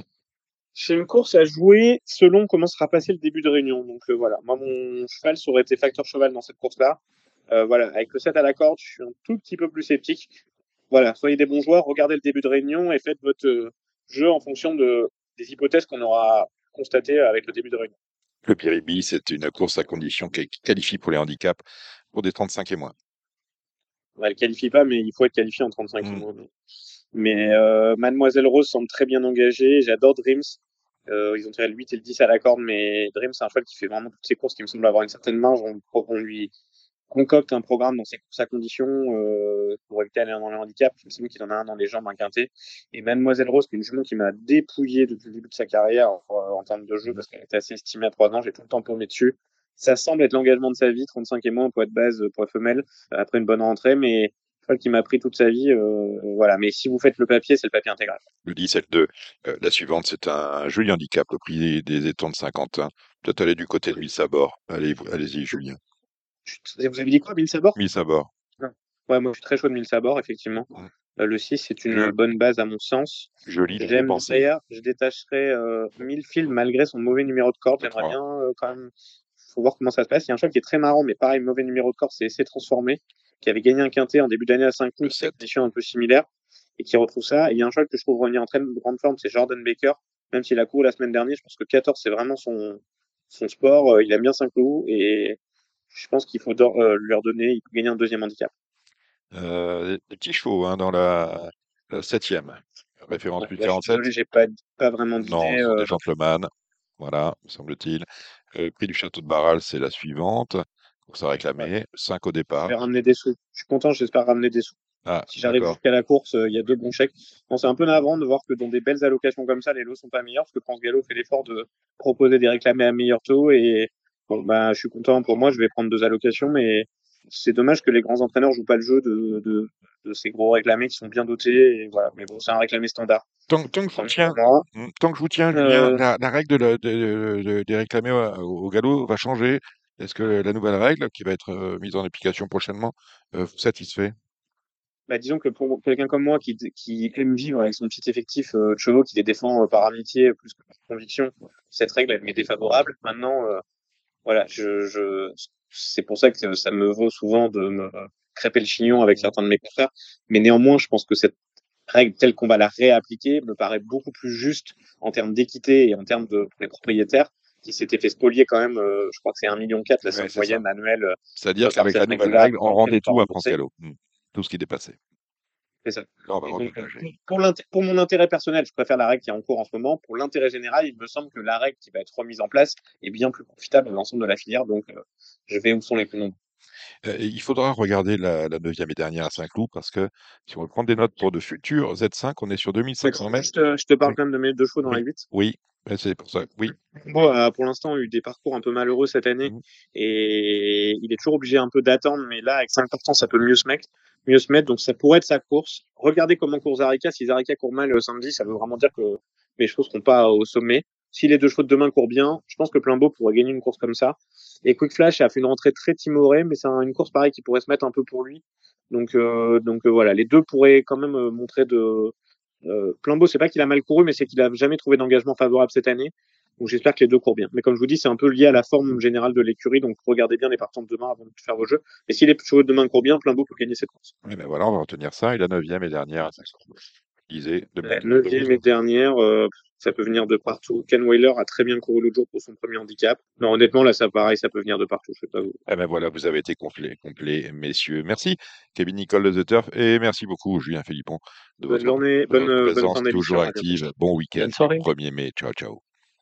C'est une course à jouer selon comment sera passé le début de réunion. Donc voilà, moi mon cheval, ça aurait été Facteur Cheval dans cette course-là. Voilà, avec le 7 à la corde, je suis un tout petit peu plus sceptique. Voilà, soyez des bons joueurs, regardez le début de réunion et faites votre jeu en fonction des hypothèses qu'on aura constatées avec le début de réunion. le Piribi, c'est une course à condition qui qualifie pour les handicaps pour des 35 et moins. Elle ne qualifie pas, mais il faut être qualifié en 35 et moins. Mais Mademoiselle Rose semble très bien engagée. J'adore Dreams. Ils ont tiré le 8 et le 10 à la corde, mais Dreams, c'est un cheval qui fait vraiment toutes ses courses, qui me semble avoir une certaine marge. On lui concocte un programme dans ses courses à condition pour éviter d'aller dans le handicap. Il me semble qu'il en a un dans les jambes, un quintet. Et Mademoiselle Rose, qui est une jument qui m'a dépouillé depuis le début de sa carrière en termes de jeu, parce qu'elle était assez estimée à 3 ans. J'ai tout le temps paumé dessus. Ça semble être l'engagement de sa vie, 35 et moins pour être base, pour être femelle, après une bonne rentrée, mais cheval qui m'a pris toute sa vie. Voilà. Mais si vous faites le papier, c'est le papier intégral. Le 17-2. La suivante, c'est un joli handicap, le prix des étangs de Saint-Quentin. Peut-être aller du côté de Mille Sabor. Allez-y, Julien. Vous avez dit quoi, Mille Sabor? Mille Sabor. Ouais, moi je suis très chaud de Mille Sabor, effectivement. Le 6, c'est une bonne base à mon sens. Joli, j'aime d'ailleurs, je détacherai Millfield malgré son mauvais numéro de corde. J'aimerais bien quand même. Faut voir comment ça se passe. Il y a un cheval qui est très marrant, mais pareil, mauvais numéro de corde, c'est Essai Transformé, qui avait gagné un quintet en début d'année à 5 000, c'est un peu similaire, et qui retrouve ça. Et il y a un cheval que je trouve revenir en très grande forme, c'est Jordan Baker. Même s'il a couru la semaine dernière, je pense que 14, c'est vraiment son sport. Il aime bien Saint-Cloud, et je pense qu'il faut lui redonner. Il peut gagner un deuxième handicap. Des petits chevaux dans la 7e. Référence plus 47. Désolé, j'ai pas vraiment d'idée. Non, ce sont des gentlemen. Voilà, me semble-t-il. Prix du Château de Barral, c'est la suivante. Pour ça réclamer. 5 au départ. Je vais ramener des sous. Je suis content, j'espère ramener des sous. Si j'arrive jusqu'à la course, il y a 2 bons chèques. Bon, c'est un peu navrant de voir que dans des belles allocations comme ça, les lots sont pas meilleurs, parce que France Gallo fait l'effort de proposer des réclamés à meilleur taux. Et bon, bah, je suis content pour moi, je vais prendre 2 allocations, mais c'est dommage que les grands entraîneurs jouent pas le jeu de ces gros réclamés qui sont bien dotés. Et voilà. Mais bon, c'est un réclamé standard. Tant que je vous tiens, Julien, la règle des réclamés au galop va changer. Est-ce que la nouvelle règle, qui va être mise en application prochainement, vous satisfait? Bah, disons que pour quelqu'un comme moi qui aime vivre avec son petit effectif de chevaux, qui les défend par amitié plus que par conviction, cette règle, elle m'est défavorable. Maintenant, voilà, c'est pour ça que ça me vaut souvent de me crêper le chignon avec certains de mes confrères. Mais néanmoins, je pense que cette règle telle qu'on va la réappliquer me paraît beaucoup plus juste en termes d'équité et en termes pour les propriétaires qui s'étaient fait spolier quand même, je crois que c'est 1,4 million la somme moyenne annuelle. C'est-à-dire qu'avec la nouvelle règle, on rendait tout à France Gallo. Tout ce qui dépassait. C'est ça. Donc, pour mon intérêt personnel, je préfère la règle qui est en cours en ce moment. Pour l'intérêt général, il me semble que la règle qui va être remise en place est bien plus profitable à l'ensemble de la filière. Donc, je vais où sont les plus nombreux. Il faudra regarder la 9e et dernière à Saint-Cloud, parce que si on veut prendre des notes pour de futurs Z5, on est sur 2500 mètres. Je te parle quand même de mes 2 chevaux dans la 8. Oui, c'est pour ça. Oui. Bon, pour l'instant, on a eu des parcours un peu malheureux cette année et il est toujours obligé un peu d'attendre. Mais là, avec 5%, ça peut mieux se mettre. Donc, ça pourrait être sa course. Regardez comment court Zarika. Si Zarika court mal samedi, ça veut vraiment dire que mes chevaux seront pas au sommet. Si les 2 chevaux de demain courent bien, je pense que Plein-Beau pourrait gagner une course comme ça. Et Quick Flash a fait une rentrée très timorée, mais c'est une course pareille qui pourrait se mettre un peu pour lui. Donc voilà, les deux pourraient quand même montrer de. Plein-Beau, c'est pas qu'il a mal couru, mais c'est qu'il a jamais trouvé d'engagement favorable cette année. Donc j'espère que les deux courent bien. Mais comme je vous dis, c'est un peu lié à la forme générale de l'écurie. Donc regardez bien les partants de demain avant de faire vos jeux. Et si les chevaux de demain courent bien, Plein-Beau peut gagner cette course. Oui, ben voilà, on va retenir ça. Et la 9e et dernière, La 9e et dernière, ça peut venir de partout. Ken Weiler a très bien couru l'autre jour pour son premier handicap. Non, honnêtement, là, ça pareil, ça peut venir de partout. Je sais pas vous. Eh ben voilà, vous avez été complet, messieurs. Merci, Kevin Nicole de The Turf, et merci beaucoup, Julien Philippon, de bonne journée, bonne présence fin toujours active. Bon week-end, 1er mai. Ciao, ciao.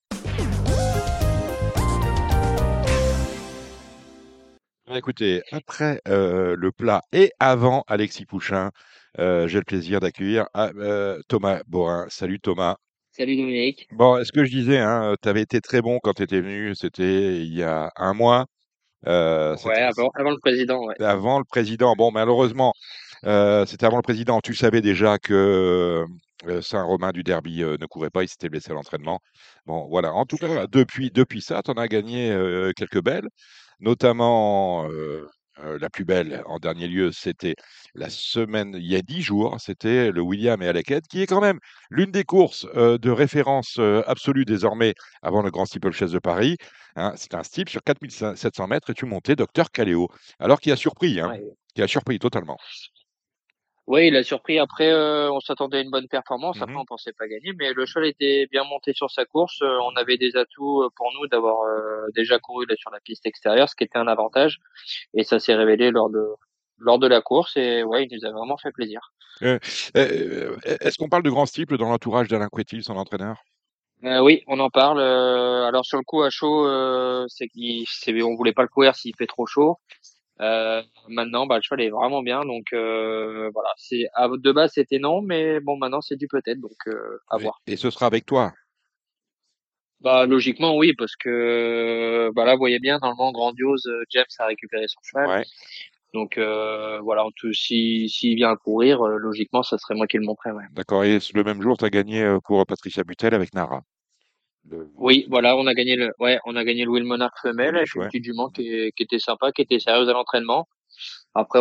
Écoutez, après le plat et avant Alexis Pouchin, j'ai le plaisir d'accueillir Thomas Borin. Salut Thomas. Salut Dominique. Bon, ce que je disais, hein, tu avais été très bon quand tu étais venu, c'était il y a un mois. Ouais, avant le président. Ouais. Avant le président. Bon, malheureusement, c'était avant le président. Tu savais déjà que Saint-Romain du Derby ne courait pas, il s'était blessé à l'entraînement. Bon, voilà. En tout cas, depuis ça, tu en as gagné quelques belles, notamment la plus belle en dernier lieu, c'était la semaine, il y a 10 jours, c'était le William et Alaquette, qui est quand même l'une des courses de référence absolue désormais avant le Grand Steeplechase de Paris. Hein, c'est un steeple sur 4700 mètres et tu montais Docteur Caléo. Alors qui a surpris, hein, qui a surpris totalement. Oui, il a surpris. Après, on s'attendait à une bonne performance. Après, on pensait pas gagner, mais le cheval était bien monté sur sa course. On avait des atouts pour nous d'avoir déjà couru là, sur la piste extérieure, ce qui était un avantage. Et ça s'est révélé lors de la course. Et ouais, il nous a vraiment fait plaisir. Est-ce qu'on parle de grand steeple dans l'entourage d'Alain Couetil, son entraîneur? Oui, on en parle. Alors sur le coup à chaud, on voulait pas le courir s'il fait trop chaud. Maintenant, le cheval est vraiment bien, donc voilà. De base c'était non, mais bon maintenant c'est du peut-être, donc à voir. Et ce sera avec toi? Logiquement oui, parce que là vous voyez bien dans le monde grandiose, James a récupéré son cheval. Ouais. Donc voilà, s'il vient à courir, logiquement ça serait moi qui le montrerais. Ouais. D'accord. Et le même jour, tu as gagné pour Patricia Butel avec Nara. Oui, voilà, on a gagné le Will Monarch femelle avec une petite jument qui était sympa, qui était sérieuse à l'entraînement. Après,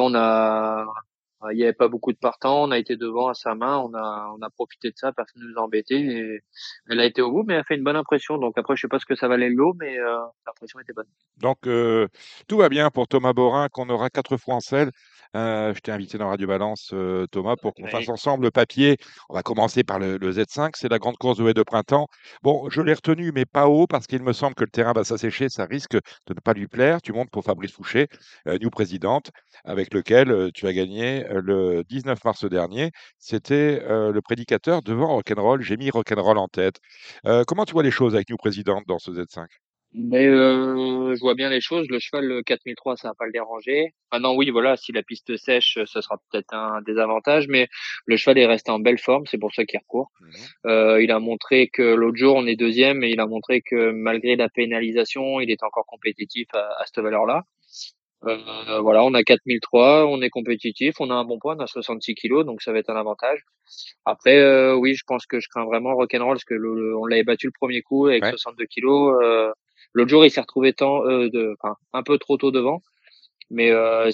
il y avait pas beaucoup de partants, on a été devant à sa main, on a profité de ça, personne ne nous a embêtés et elle a été au bout, mais elle a fait une bonne impression. Donc après, je sais pas ce que ça valait le lot, mais l'impression était bonne. Donc tout va bien pour Thomas Borin, qu'on aura 4 fois en selle. Je t'ai invité dans Radio Balance, Thomas, pour qu'on fasse ensemble le papier. On va commencer par le Z5, c'est la grande course de haie de printemps. Bon, je l'ai retenu, mais pas haut, parce qu'il me semble que le terrain va s'assécher, ça risque de ne pas lui plaire. Tu montes pour Fabrice Fouché, new présidente, avec lequel tu as gagné le 19 mars dernier. C'était le prédicateur devant Rock'n'Roll. J'ai mis Rock'n'Roll en tête. Comment tu vois les choses avec new présidente dans ce Z5? Mais je vois bien les choses. Le cheval, le 4003, ça va pas le déranger. Maintenant, oui, voilà, si la piste sèche, ce sera peut-être un désavantage, mais le cheval est resté en belle forme, c'est pour ça qu'il recourt. Il a montré que l'autre jour, on est deuxième, et il a montré que malgré la pénalisation, il est encore compétitif à cette valeur-là. Voilà, on a 4003, on est compétitif, on a un bon point, on a 66 kilos, donc ça va être un avantage. Après, oui, je pense que je crains vraiment Rock'n'Roll parce que on l'avait battu le premier coup avec 62 kilos. L'autre jour, il s'est retrouvé un peu trop tôt devant. Mais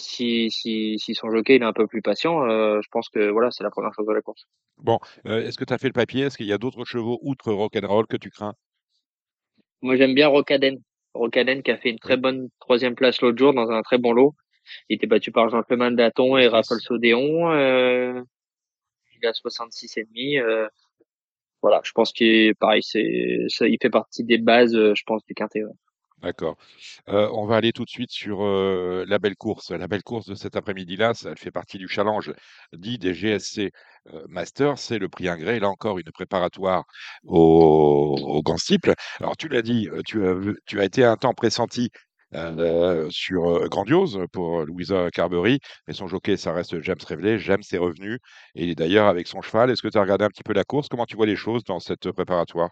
si son jockey il est un peu plus patient, je pense que voilà, c'est la première chose de la course. Bon, est-ce que tu as fait le papier? Est-ce qu'il y a d'autres chevaux outre Rock'n'Roll que tu crains? Moi, j'aime bien Rocaden. Rocaden qui a fait une très bonne troisième place l'autre jour dans un très bon lot. Il était battu par Gentleman Daton et Raffles Odéon. Il a 66,5. Voilà, je pense qu'il est pareil, il fait partie des bases, je pense, du quintet. Ouais. D'accord. On va aller tout de suite sur la belle course. La belle course de cet après-midi-là, elle fait partie du challenge dit des GSC Masters. C'est le prix Ingré. Là encore, une préparatoire au Grand Steeple. Alors, tu l'as dit, tu as été un temps pressenti sur Grandiose pour Louisa Carberry. Mais son jockey, ça reste James Reveley. James est revenu. Et il est d'ailleurs avec son cheval. Est-ce que tu as regardé un petit peu la course? Comment tu vois les choses dans cette préparatoire?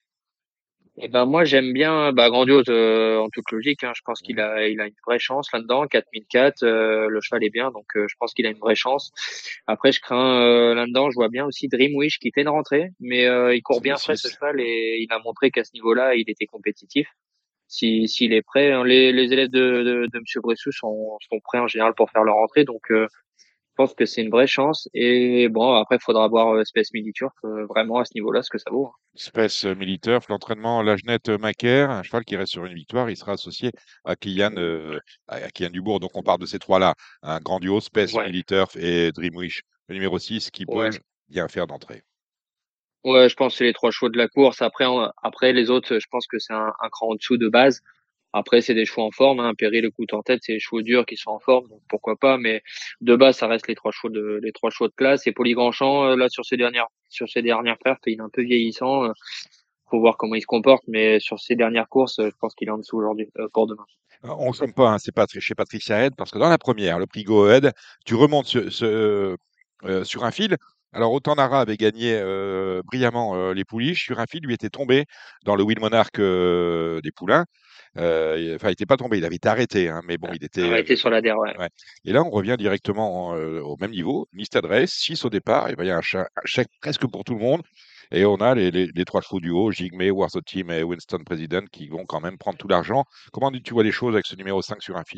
Et ben moi j'aime bien Grandiose en toute logique. Hein, je pense qu'il a une vraie chance là-dedans. 4004, le cheval est bien, donc je pense qu'il a une vraie chance. Après je crains là-dedans, je vois bien aussi Dream Wish qui fait une rentrée, mais il court C'est le bien frais ce 6. cheval et il a montré qu'à ce niveau-là il était compétitif. S'il est prêt, hein, les élèves de Monsieur Bressou sont prêts en général pour faire leur rentrée, donc je pense que c'est une vraie chance. Et bon, après, il faudra voir Space Militurf vraiment à ce niveau-là, ce que ça vaut. Hein. Space Militaire, l'entraînement Lagenette Macaire, un cheval qui reste sur une victoire, il sera associé à Kylian Dubourg. Donc on parle de ces trois-là, un Grandiose, Space Ouais, Militaire et Dreamwish. Le numéro 6 qui ouais, peut bien faire d'entrée. ouais. Je pense que c'est les trois chevaux de la course. Après les autres, je pense que c'est un cran en dessous de base. Après, c'est des chevaux en forme. Hein. Perry, le coup en tête, c'est des chevaux durs qui sont en forme, donc pourquoi pas. Mais de base, ça reste les trois chevaux de classe. Et Poly Grandchamp, là, sur ses dernières perfs, il est un peu vieillissant. Faut voir comment il se comporte, mais sur ses dernières courses, je pense qu'il est en dessous aujourd'hui, pour demain. On ne se trompe pas, hein, c'est pas chez Patricia Head, parce que dans la première, le prix Go Ahead, tu remontes sur un fil. Alors, autant Nara avait gagné brillamment les pouliches, sur un fil, lui était tombé dans le Will Monarch des poulains. Enfin, il n'était pas tombé, il avait été arrêté, hein, mais bon, il était. Arrêté sur la der, ouais. Ouais. Et là, on revient directement au même niveau. Liste adresse, 6 au départ, et ben, il y a un chèque presque pour tout le monde. Et on a les trois chevaux du haut, Jigme, Warsaw Team et Winston President, qui vont quand même prendre tout l'argent. Comment tu vois les choses avec ce numéro 5 sur un fil?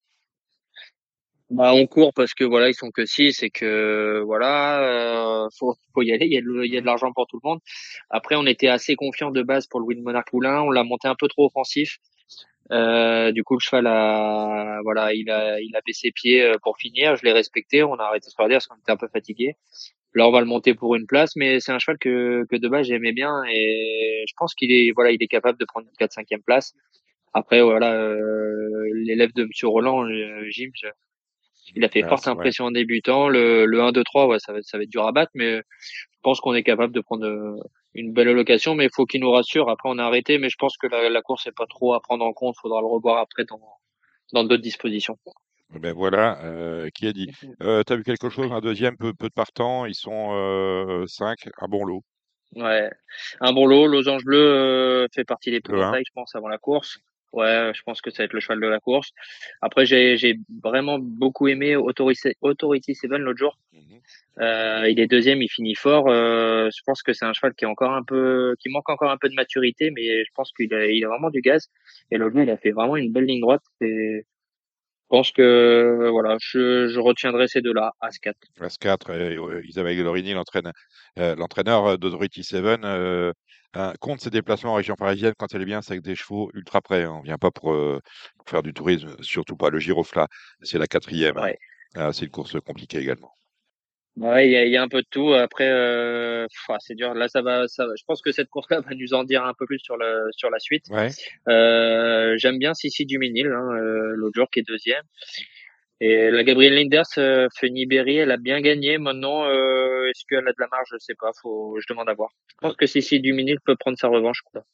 On court parce que voilà, ils sont que 6 et que voilà, faut y aller. Il y a de l'argent pour tout le monde. Après, on était assez confiant de base pour le Win Monarch Poulain. On l'a monté un peu trop offensif. Du coup, le cheval voilà, il a baissé pied pour finir. Je l'ai respecté. On a arrêté de se faire dire parce qu'on était un peu fatigué. Là, on va le monter pour une place, mais c'est un cheval que de base j'aimais bien et je pense il est capable de prendre une 4-5e place. Après, voilà, l'élève de Monsieur Roland, Jim, il a fait Ah, forte c'est vrai. impression en débutant. Le 1, 2, 3, ouais, ça va être dur à battre, mais je pense qu'on est capable de prendre une belle allocation, mais il faut qu'il nous rassure. Après, on a arrêté, mais je pense que la course n'est pas trop à prendre en compte. Il faudra le revoir après dans d'autres dispositions. Ben voilà, qui a dit. Tu as vu quelque chose, un deuxième, peu de partants, ils sont 5, un bon lot. Ouais. Un bon lot, Losange Bleu fait partie des Le 1. épouvantails, je pense, avant la course. Ouais, je pense que ça va être le cheval de la course. Après, j'ai vraiment beaucoup aimé Authority Seven l'autre jour. Il est deuxième, il finit fort. Je pense que c'est un cheval qui manque encore un peu de maturité, mais je pense il a vraiment du gaz. Et l'autre jour, il a fait vraiment une belle ligne droite. Et je pense que voilà, je retiendrai ces deux-là, As-4. As-4, Isabelle Gallorini, l'entraîneur d'Authority Seven, compte ses déplacements en région parisienne quand elle est bien, c'est avec des chevaux ultra près. Hein. On ne vient pas pour faire du tourisme, surtout pas le Girofla. C'est la 4e. Hein. Ouais. Ah, c'est une course compliquée également. Ouais, il y a un peu de tout. Après, c'est dur. Là, je pense que cette course-là va nous en dire un peu plus sur la suite. Ouais. J'aime bien Sissi Duminil, hein, l'autre jour qui est deuxième. Et la Gabrielle Linders, Fanny Berry, elle a bien gagné. Maintenant, est-ce qu'elle a de la marge? Je sais pas. Je demande à voir. Je pense que Sissi Duminil peut prendre sa revanche, quoi.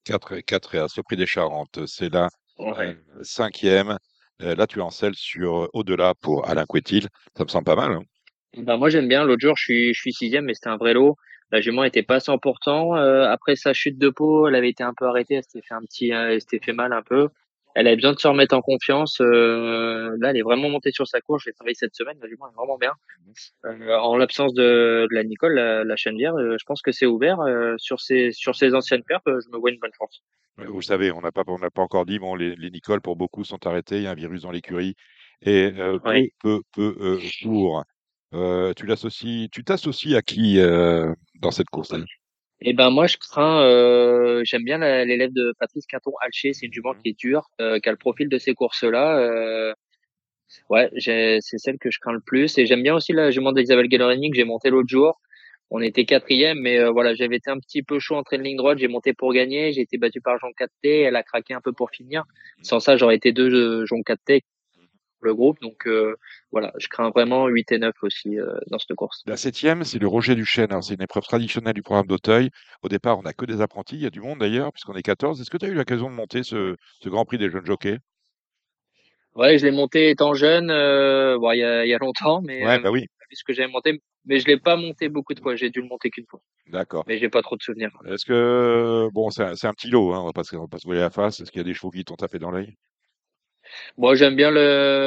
4 et As, le prix des Charentes. C'est la 5e. Là, tu encelles sur au-delà pour Alain Couetil. Ça me semble pas mal. Hein. Bah, moi, j'aime bien. L'autre jour, je suis 6e, mais c'était un vrai lot. La jument était pas 100%. Après sa chute de peau, elle avait été un peu arrêtée. Elle s'était fait elle s'était fait mal un peu. Elle avait besoin de se remettre en confiance. Là, elle est vraiment montée sur sa course. Je l'ai travaillé cette semaine. La jument est vraiment bien. En l'absence de la Nicole, la Chenevière, je pense que c'est ouvert. Sur ses anciennes perfs, je me vois une bonne chance. Vous savez, on n'a pas encore dit, bon, les Nicoles, pour beaucoup, sont arrêtés. Il y a un virus dans l'écurie. Et peu pour. Tu t'associes à qui dans cette course-là? Eh ben moi je crains, j'aime bien l'élève de Patrice Quinton-Alcher, c'est une jument qui est dure, qui a le profil de ces courses-là. Ouais, c'est celle que je crains le plus et j'aime bien aussi la jument d'Isabelle Gallerini que j'ai montée l'autre jour. On était 4e, mais voilà, j'avais été un petit peu chaud entre une ligne droite, j'ai monté pour gagner, j'ai été battu par Jean 4T, elle a craqué un peu pour finir. Sans ça, j'aurais été 2 Jean 4T pour le groupe, donc voilà, je crains vraiment 8 et 9 aussi dans cette course. La 7e, c'est le Roger Duchesne. Alors, c'est une épreuve traditionnelle du programme d'Auteuil. Au départ, on n'a que des apprentis. Il y a du monde d'ailleurs, puisqu'on est 14. Est-ce que tu as eu l'occasion de monter ce Grand Prix des jeunes jockeys? Ouais, je l'ai monté étant jeune, bon, il y a longtemps, mais Ouais, bah oui. vu ce que j'avais monté, mais je l'ai pas monté beaucoup de fois. J'ai dû le monter qu'une fois. D'accord. Mais j'ai pas trop de souvenirs. Est-ce que, bon, c'est un petit lot, hein, on va pas se voiler la face. Est-ce qu'il y a des chevaux qui t'ont tapé dans l'œil? Moi, j'aime bien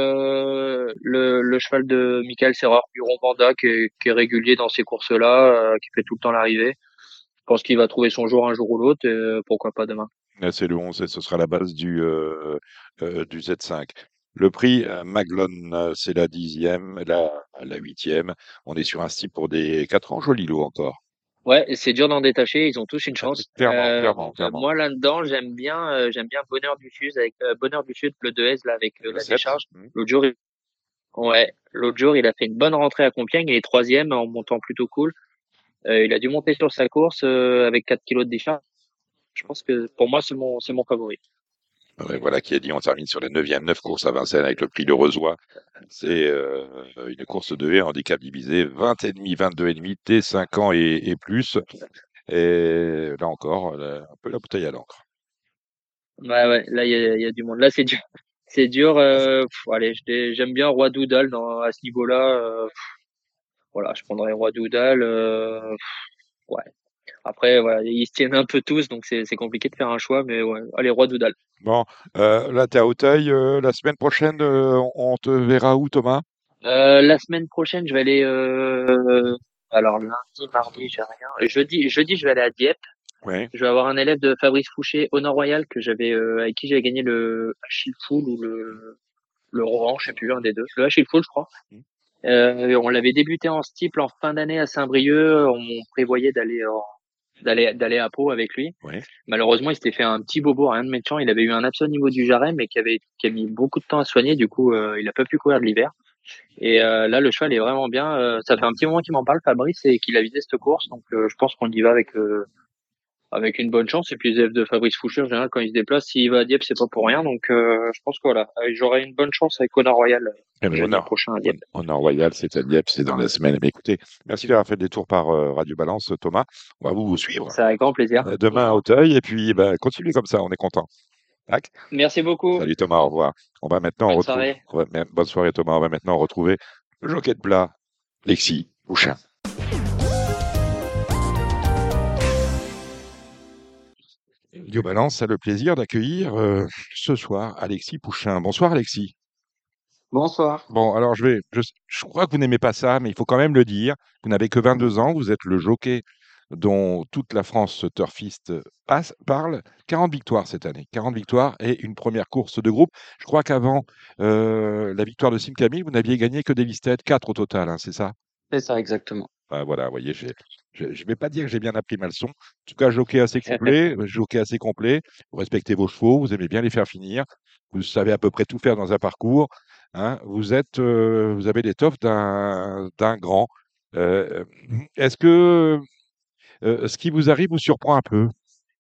le cheval de Michael Serreur, Huron Banda, qui est régulier dans ces courses-là, qui fait tout le temps l'arrivée. Je pense qu'il va trouver son jour un jour ou l'autre, et pourquoi pas demain. C'est le 11 et ce sera la base du Z5. Le prix Maglone, c'est la 10e, la 8e. On est sur un style pour des 4 ans, joli lot encore. Ouais, c'est dur d'en détacher. Ils ont tous une chance. Clairement. Moi là-dedans, j'aime bien Bonheur du Sud avec Bonheur du Sud, le 2S là avec la décharge. L'autre jour, l'autre jour, il a fait une bonne rentrée à Compiègne. Il est 3e en montant plutôt cool. Il a dû monter sur sa course avec 4 kilos de décharge. Je pense que pour moi, c'est mon favori. Ouais, voilà qui a dit, on termine sur la 9e, 9 courses à Vincennes avec le prix Le Rezois. C'est une course de haie, handicap divisé, 20,5, 22,5, T5 ans et plus. Et là encore, un peu la bouteille à l'encre. Ouais, là, il y a du monde. Là, c'est dur. C'est dur. Allez, j'aime bien Roi Doudal à ce niveau-là. Voilà, je prendrais Roi Doudal. Ouais. Après, voilà, ils se tiennent un peu tous, donc c'est compliqué de faire un choix, mais ouais, allez, Roi Doudal. Bon, là, tu es à Auteuil. La semaine prochaine, on te verra où, Thomas? La semaine prochaine, je vais aller. Alors lundi, mardi, j'ai rien. Jeudi, je vais aller à Dieppe. Ouais. Je vais avoir un élève de Fabrice Fouché, Honor Royal, avec qui j'avais gagné le Achille Full ou le Rohan, je sais plus, un des deux. Le Achille Full, je crois. On l'avait débuté en steeple en fin d'année à Saint-Brieuc. On prévoyait d'aller à Pau avec lui. Ouais. Malheureusement, il s'était fait un petit bobo, rien de méchant. Il avait eu un abcès au niveau du jarret, mais qui a mis beaucoup de temps à soigner. Du coup, il a pas pu courir de l'hiver. Et là, le cheval est vraiment bien. Ça fait un petit moment qu'il m'en parle, Fabrice, et qu'il a visé cette course. Donc, je pense qu'on y va avec une bonne chance. Et puis les élèves de Fabrice Fouché, en général, quand il se déplace, s'il va à Dieppe, c'est pas pour rien. Donc, je pense que voilà, j'aurai une bonne chance avec Honor Royal jeudi prochain à Dieppe. Honor Royal, c'est à Dieppe, c'est dans la semaine. Mais écoutez, merci d'avoir fait des tours par Radio Balance, Thomas. On va vous suivre. C'est avec grand plaisir. Demain à Auteuil, et puis continuez comme ça, on est content. Merci beaucoup. Salut Thomas, au revoir. On va maintenant bonne soirée. Bonne soirée Thomas. On va maintenant retrouver le jockey de plat, Alexis Pouchin. Radio Balance a le plaisir d'accueillir ce soir Alexis Pouchin. Bonsoir Alexis. Bonsoir. Bon, alors je crois que vous n'aimez pas ça, mais il faut quand même le dire. Vous n'avez que 22 ans, vous êtes le jockey dont toute la France turfiste parle. 40 victoires cette année, 40 victoires et une première course de groupe. Je crois qu'avant la victoire de Sim Camille, vous n'aviez gagné que des listettes, 4 au total, hein, c'est ça? C'est ça, exactement. Voilà, vous voyez, je ne vais pas dire que j'ai bien appris ma leçon. En tout cas, jockey assez complet. Vous respectez vos chevaux, vous aimez bien les faire finir. Vous savez à peu près tout faire dans un parcours. Hein. Vous avez l'étoffe d'un grand. Est-ce que ce qui vous arrive vous surprend un peu?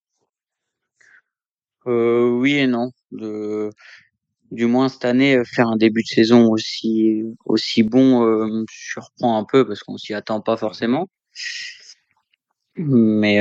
Oui et non. Du moins cette année, faire un début de saison aussi bon me surprend un peu parce qu'on s'y attend pas forcément. Mais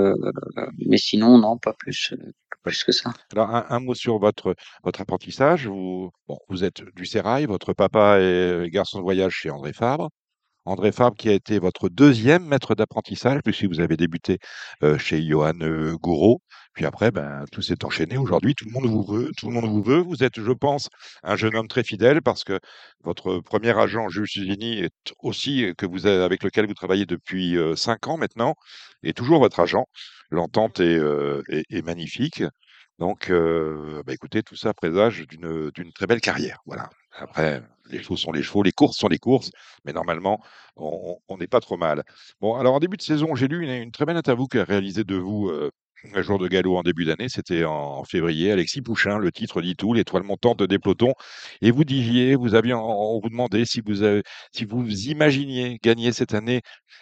sinon, non, pas plus que ça. Alors, un mot sur votre apprentissage. Vous êtes du Sérail, votre papa est garçon de voyage chez André Fabre. André Fabre qui a été votre deuxième maître d'apprentissage, puisque vous avez débuté chez Johan Gouraud. Puis après, ben, tout s'est enchaîné. Aujourd'hui, tout le monde vous veut, tout le monde vous veut. Vous êtes, je pense, un jeune homme très fidèle parce que votre premier agent, Jules Suzini, est aussi avec lequel vous travaillez depuis 5 ans maintenant, est toujours votre agent. L'entente est magnifique. Donc, bah, écoutez, tout ça présage d'une très belle carrière. Voilà. Après, les chevaux sont les chevaux, les courses sont les courses, mais normalement, on n'est pas trop mal. Bon, alors en début de saison, j'ai lu une très belle interview qu'a réalisée de vous un jour de galop en début d'année. C'était en février. Alexis Pouchin, le titre dit tout, l'étoile montante des pelotons. Et vous disiez, on vous demandait si vous imaginiez gagner cette année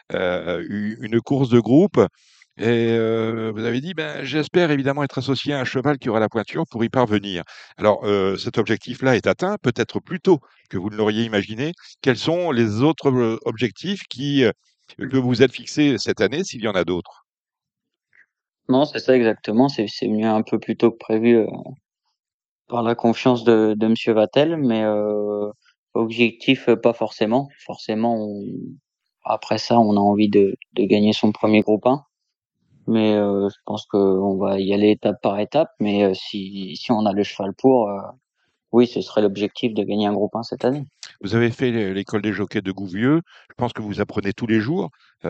une course de groupe. Et vous avez dit, ben, j'espère évidemment être associé à un cheval qui aura la pointure pour y parvenir. Alors, cet objectif-là est atteint, peut-être plus tôt que vous ne l'auriez imaginé. Quels sont les autres objectifs que vous êtes fixés cette année, s'il y en a d'autres? Non, c'est ça exactement. C'est venu un peu plus tôt que prévu par la confiance de Monsieur Vatel, mais objectif pas forcément. Forcément, après ça, on a envie de gagner son premier groupe 1. Mais je pense qu'on va y aller étape par étape. Mais si on a le cheval pour, oui, ce serait l'objectif de gagner un groupe 1 cette année. Vous avez fait l'école des jockeys de Gouvieux. Je pense que vous apprenez tous les jours,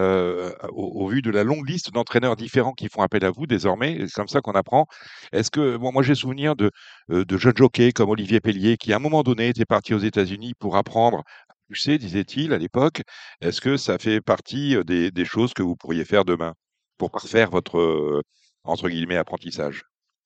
au vu de la longue liste d'entraîneurs différents qui font appel à vous désormais. C'est comme ça qu'on apprend. Est-ce que, bon, moi j'ai souvenir de jeunes jockeys comme Olivier Pellier qui, à un moment donné, était parti aux États-Unis pour apprendre à pousser, disait-il à l'époque. Est-ce que ça fait partie des choses que vous pourriez faire demain pour parfaire votre, entre guillemets, apprentissage?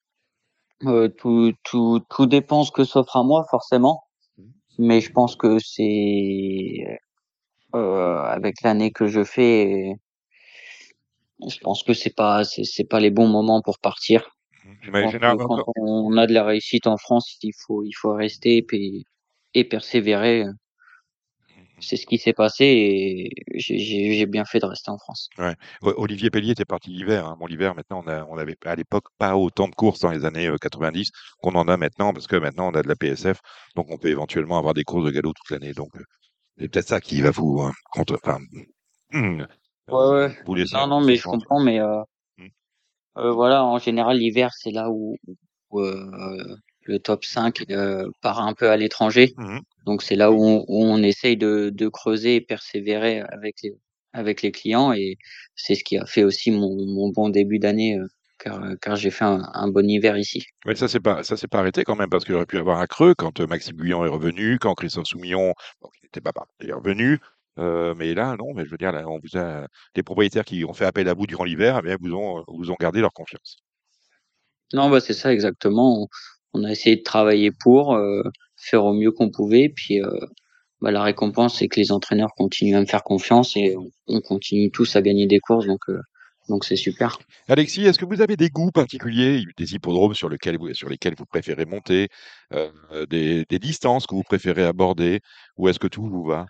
Tout dépend ce que s'offre à moi, forcément. Mais je pense que c'est avec l'année que je fais, je pense que c'est pas les bons moments pour partir. Je Mais pense que généralement, quand on a de la réussite en France, il faut rester et persévérer. C'est ce qui s'est passé et j'ai bien fait de rester en France. ouais. Olivier Pellier était parti l'hiver, hein. Bon, l'hiver, maintenant, on avait à l'époque pas autant de courses dans les années 90 qu'on en a maintenant, parce que maintenant, on a de la PSF, donc on peut éventuellement avoir des courses de galop toute l'année. Donc, c'est peut-être ça qui va vous, hum, Ouais, ouais. vous laisser Non, un non, peu de mais je chance. comprends, mais Hum, voilà, en général, l'hiver, c'est là où, le top 5 part un peu à l'étranger. hum. Donc c'est là où on essaye de creuser et persévérer avec les clients et c'est ce qui a fait aussi mon bon début d'année, car j'ai fait un bon hiver ici. Ouais, ça s'est pas arrêté quand même, parce qu'il aurait pu y avoir un creux quand Maxime Guyon est revenu, quand Christophe Soumillon, bon, qui n'était pas parti, est revenu. Mais là, non, mais je veux dire, là, les propriétaires qui ont fait appel à vous durant l'hiver, eh bien, vous ont gardé leur confiance. Non, bah, c'est ça exactement. On a essayé de travailler pour, faire au mieux qu'on pouvait puis, bah, la récompense, c'est que les entraîneurs continuent à me faire confiance et on continue tous à gagner des courses donc c'est super. Alexis, est-ce que vous avez des goûts particuliers, des hippodromes sur lesquels vous préférez monter, des distances que vous préférez aborder, ou est-ce que tout vous va?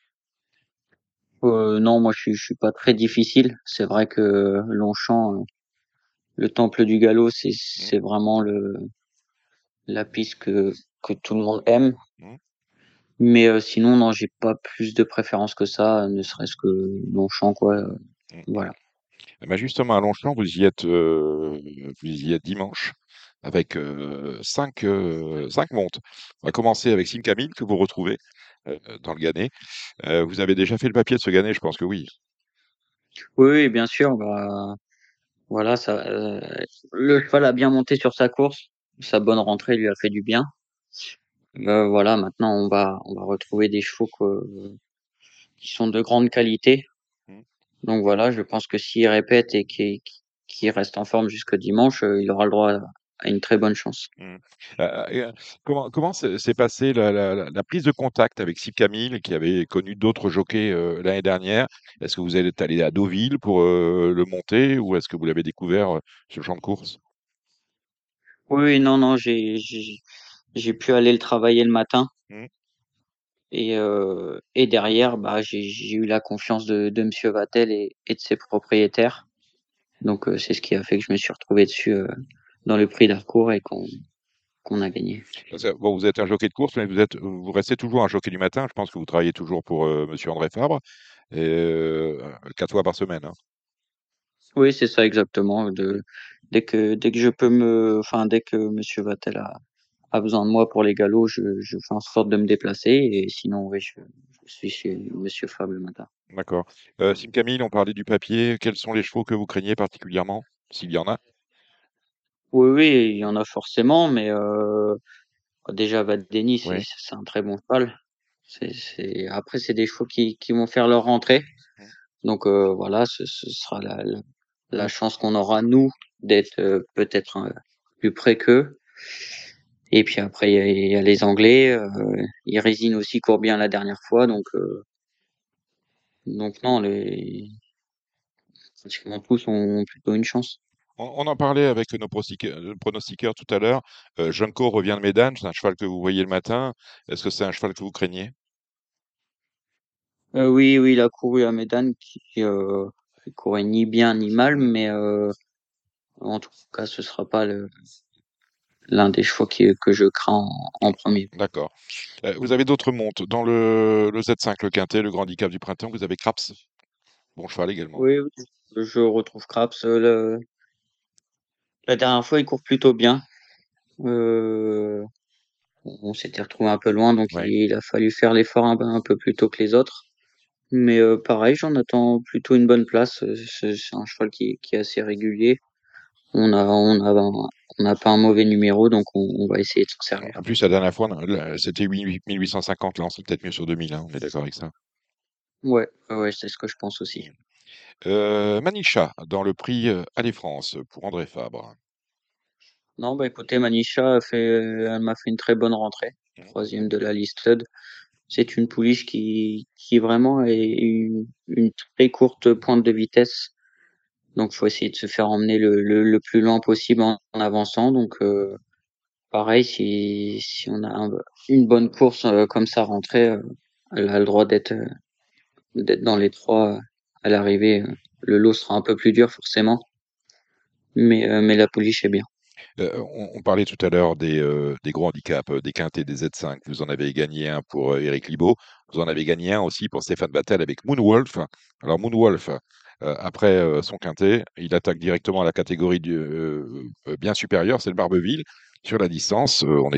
Non, moi je suis pas très difficile. C'est vrai que Longchamp, le temple du galop, Mmh, c'est vraiment la piste que tout le monde aime. mmh, Mais sinon, non, j'ai pas plus de préférence que ça, ne serait-ce que Longchamp, quoi. mmh. Voilà. Eh ben, justement, à Longchamp, vous y êtes dimanche avec 5 montes. On va commencer avec Sim Camille, que vous retrouvez dans le Gannet. Vous avez déjà fait le papier de ce Gannet? Je pense que oui. Oui, oui, bien sûr. Bah, voilà, le cheval a bien monté sur sa course. Sa bonne rentrée lui a fait du bien. Voilà, maintenant on va retrouver des chevaux qui sont de grande qualité. Mmh, Donc voilà, je pense que s'il répète et qu'il reste en forme jusqu'au dimanche, il aura le droit à une très bonne chance. mmh. Et comment s'est passée la prise de contact avec Sim Camille, qui avait connu d'autres jockeys l'année dernière? Est-ce que vous êtes allé à Deauville pour le monter, ou est-ce que vous l'avez découvert sur le champ de course? Oui, oui, non, non, j'ai pu aller le travailler le matin Mmh, et derrière, bah, j'ai eu la confiance de Monsieur Vatel et de ses propriétaires. Donc c'est ce qui a fait que je me suis retrouvé dessus dans le prix d'Harcourt et qu'on a gagné. Bon, vous êtes un jockey de course, mais vous restez toujours un jockey du matin. Je pense que vous travaillez toujours pour Monsieur André Fabre, et 4 fois par semaine. Hein. Oui, c'est ça exactement. Dès que je peux dès que Monsieur Vatel a besoin de moi pour les galops, je fais en sorte de me déplacer et sinon oui, je suis chez Monsieur Fabre le matin. D'accord. Sim Camille, on parlait du papier. Quels sont les chevaux que vous craignez particulièrement, s'il y en a? Oui, oui, il y en a forcément, mais déjà Vadeni, Oui. c'est un très bon cheval. Après c'est des chevaux qui vont faire leur rentrée. Donc voilà, ce sera la chance qu'on aura nous d'être peut-être plus près qu'eux. Et puis après il y a les Anglais, Irizine aussi court bien la dernière fois, donc non, pratiquement tous ont plutôt une chance. On en parlait avec nos pronostiqueurs tout à l'heure. Junko revient de Médane, c'est un cheval que vous voyez le matin. Est-ce que c'est un cheval que vous craignez? Oui, oui, il a couru à Médane qui courait ni bien ni mal, mais en tout cas ce sera pas l'un des chevaux que je crains en premier. D'accord. Vous avez d'autres montes. Dans le Z5, le Quintet, le grand handicap du printemps, vous avez Craps. Bon cheval également. Oui, oui, je retrouve Craps. La dernière fois, il court plutôt bien. On s'était retrouvé un peu loin, donc Ouais. il a fallu faire l'effort un peu plus tôt que les autres. Mais pareil, j'en attends plutôt une bonne place. C'est un cheval qui est assez régulier. On n'a pas un mauvais numéro, donc on va essayer de s'en servir. En plus, la dernière fois, c'était 1850. Là, on serait peut-être mieux sur 2000. Hein, on est d'accord avec ça. Ouais, ouais, c'est ce que je pense aussi. Manisha, dans le prix Allez France, pour André Fabre. Non, bah écoutez, Manisha elle m'a fait une très bonne rentrée, troisième de la liste Stud. C'est une pouliche qui vraiment est une très courte pointe de vitesse. Donc, faut essayer de se faire emmener le plus loin possible en avançant. Donc, pareil, si on a une bonne course comme ça rentrée, elle a le droit d'être dans les trois à l'arrivée. Le lot sera un peu plus dur forcément, mais la pouliche est bien. On parlait tout à l'heure des gros handicaps, des quintés, des Z5. Vous en avez gagné un pour Eric Libaud. Vous en avez gagné un aussi pour Stéphane Battel avec Moonwolf. Alors Moonwolf, après son quintet, il attaque directement la catégorie bien supérieure, c'est le Barbeville. Sur la distance, on est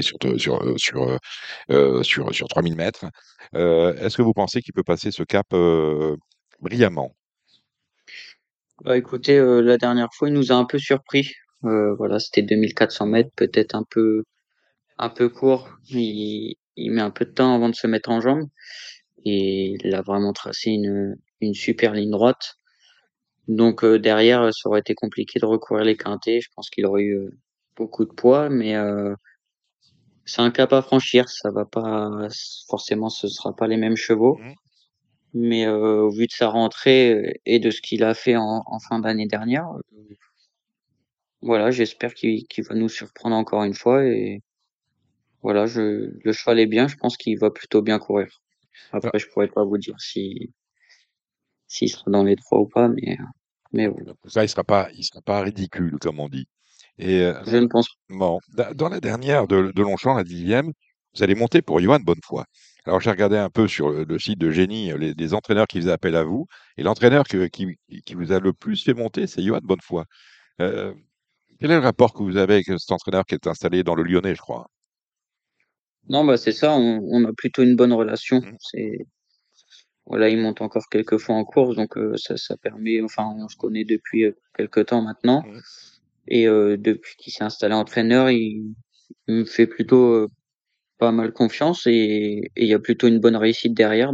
sur 3000 mètres. Est-ce que vous pensez qu'il peut passer ce cap brillamment? Bah écoutez, la dernière fois, il nous a un peu surpris. Voilà, c'était 2400 mètres, peut-être un peu court. Il met un peu de temps avant de se mettre en jambe et il a vraiment tracé une super ligne droite. Donc derrière, ça aurait été compliqué de recourir les quintés. Je pense qu'il aurait eu beaucoup de poids, mais c'est un cap à franchir. Ça va pas forcément, ce sera pas les mêmes chevaux. Mais au vu de sa rentrée et de ce qu'il a fait en fin d'année dernière, voilà, j'espère qu'il va nous surprendre encore une fois. Et voilà, le cheval est bien. Je pense qu'il va plutôt bien courir. Après, je pourrais pas vous dire s'il sera dans les trois ou pas, mais voilà. Ça, il sera pas ridicule, comme on dit. Et Je ne pense pas. bon, dans la dernière de Longchamp, la 10e, vous allez monter pour Johan Bonnefoy. Alors, j'ai regardé un peu sur le site de Génie les entraîneurs qui faisaient appel à vous. Et l'entraîneur qui vous a le plus fait monter, c'est Johan Bonnefoy. Euh, Quel est le rapport que vous avez avec cet entraîneur qui est installé dans le Lyonnais, je crois? Non, bah c'est ça. On a plutôt une bonne relation. Voilà, il monte encore quelques fois en course, donc ça permet. Enfin, on se connaît depuis quelques temps maintenant. Et depuis qu'il s'est installé entraîneur, il me fait plutôt pas mal confiance et il y a plutôt une bonne réussite derrière,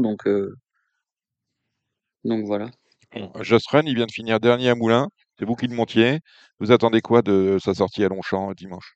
donc voilà. Joss Run, il vient de finir dernier à Moulins. C'est vous qui le montiez. Vous attendez quoi de sa sortie à Longchamp dimanche?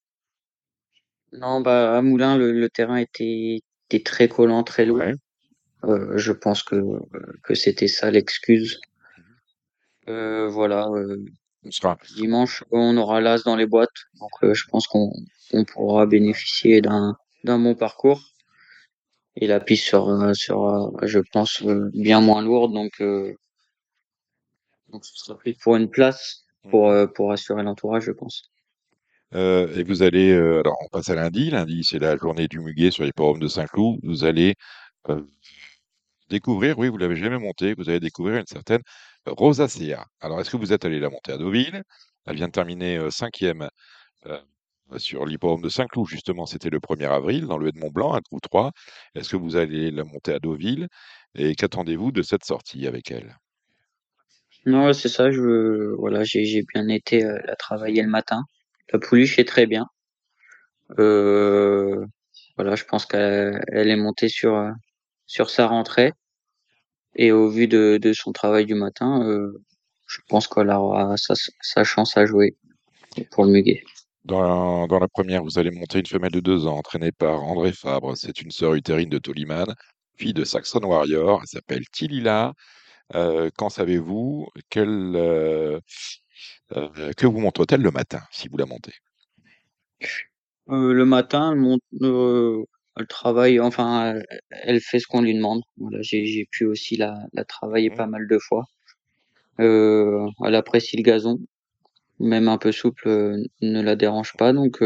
Non, bah à Moulins, le terrain était très collant, très lourd. Ouais. Je pense que c'était ça l'excuse. Voilà. Dimanche, on aura l'as dans les boîtes, donc je pense qu'on pourra bénéficier d'un bon parcours. Et la piste sera je pense, bien moins lourde, donc Donc ce sera plus pour une place pour assurer l'entourage, je pense. Et vous allez, alors on passe à lundi. Lundi, c'est la journée du muguet sur l'hippodrome de Saint-Cloud. Vous allez découvrir, oui, vous l'avez jamais montée, vous allez découvrir une certaine Rosacea. Alors, est-ce que vous êtes allé la monter à Deauville? Elle vient de terminer 5e sur l'hippodrome de Saint-Cloud, justement, c'était le 1er avril, dans le Mont-Blanc, un trou 3. Est-ce que vous allez la monter à Deauville? Et qu'attendez-vous de cette sortie avec elle? Non, c'est ça, voilà, j'ai bien été la travailler le matin. La pouliche est très bien. Voilà, je pense qu'elle est montée sur sa rentrée. Et au vu de son travail du matin, je pense qu'elle aura sa chance à jouer pour le muguet. Dans la première, vous allez monter une femelle de 2 ans, entraînée par André Fabre. C'est une sœur utérine de Toliman, fille de Saxon Warrior. Elle s'appelle Tilila. Qu'en savez-vous? Que vous montre-t-elle le matin, si vous la montez? Le matin, elle travaille, enfin, elle fait ce qu'on lui demande. Voilà, j'ai pu aussi la travailler pas mal de fois. Elle apprécie le gazon, même un peu souple, ne la dérange pas. Donc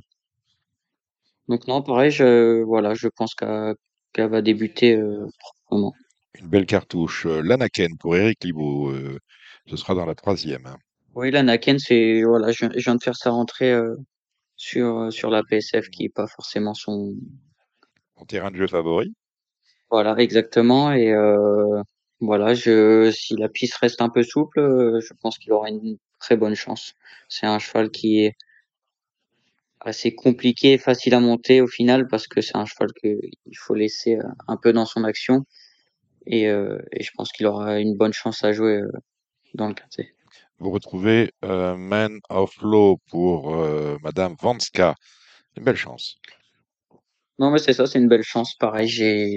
non, pareil, voilà, je pense qu'elle va débuter proprement. Une belle cartouche. L'Anaken pour Eric Libaud. Ce sera dans la 3e. Oui, l'Anaken, c'est voilà, je viens de faire sa rentrée sur la PSF qui est pas forcément son terrain de jeu favori. Voilà, exactement. Et voilà, si la piste reste un peu souple, je pense qu'il aura une très bonne chance. C'est un cheval qui est assez compliqué et facile à monter au final parce que c'est un cheval qu'il faut laisser un peu dans son action. Et je pense qu'il aura une bonne chance à jouer dans le quintet. Vous retrouvez Man of Law pour Madame Vanska. Une belle chance. Non, mais c'est ça, c'est une belle chance. Pareil,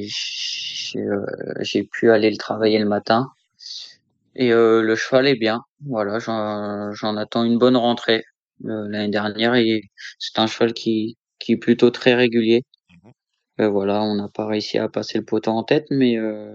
j'ai pu aller le travailler le matin. Et le cheval est bien. Voilà, j'en attends une bonne rentrée. L'année dernière, c'est un cheval qui est plutôt très régulier. Voilà, on n'a pas réussi à passer le poteau en tête, mais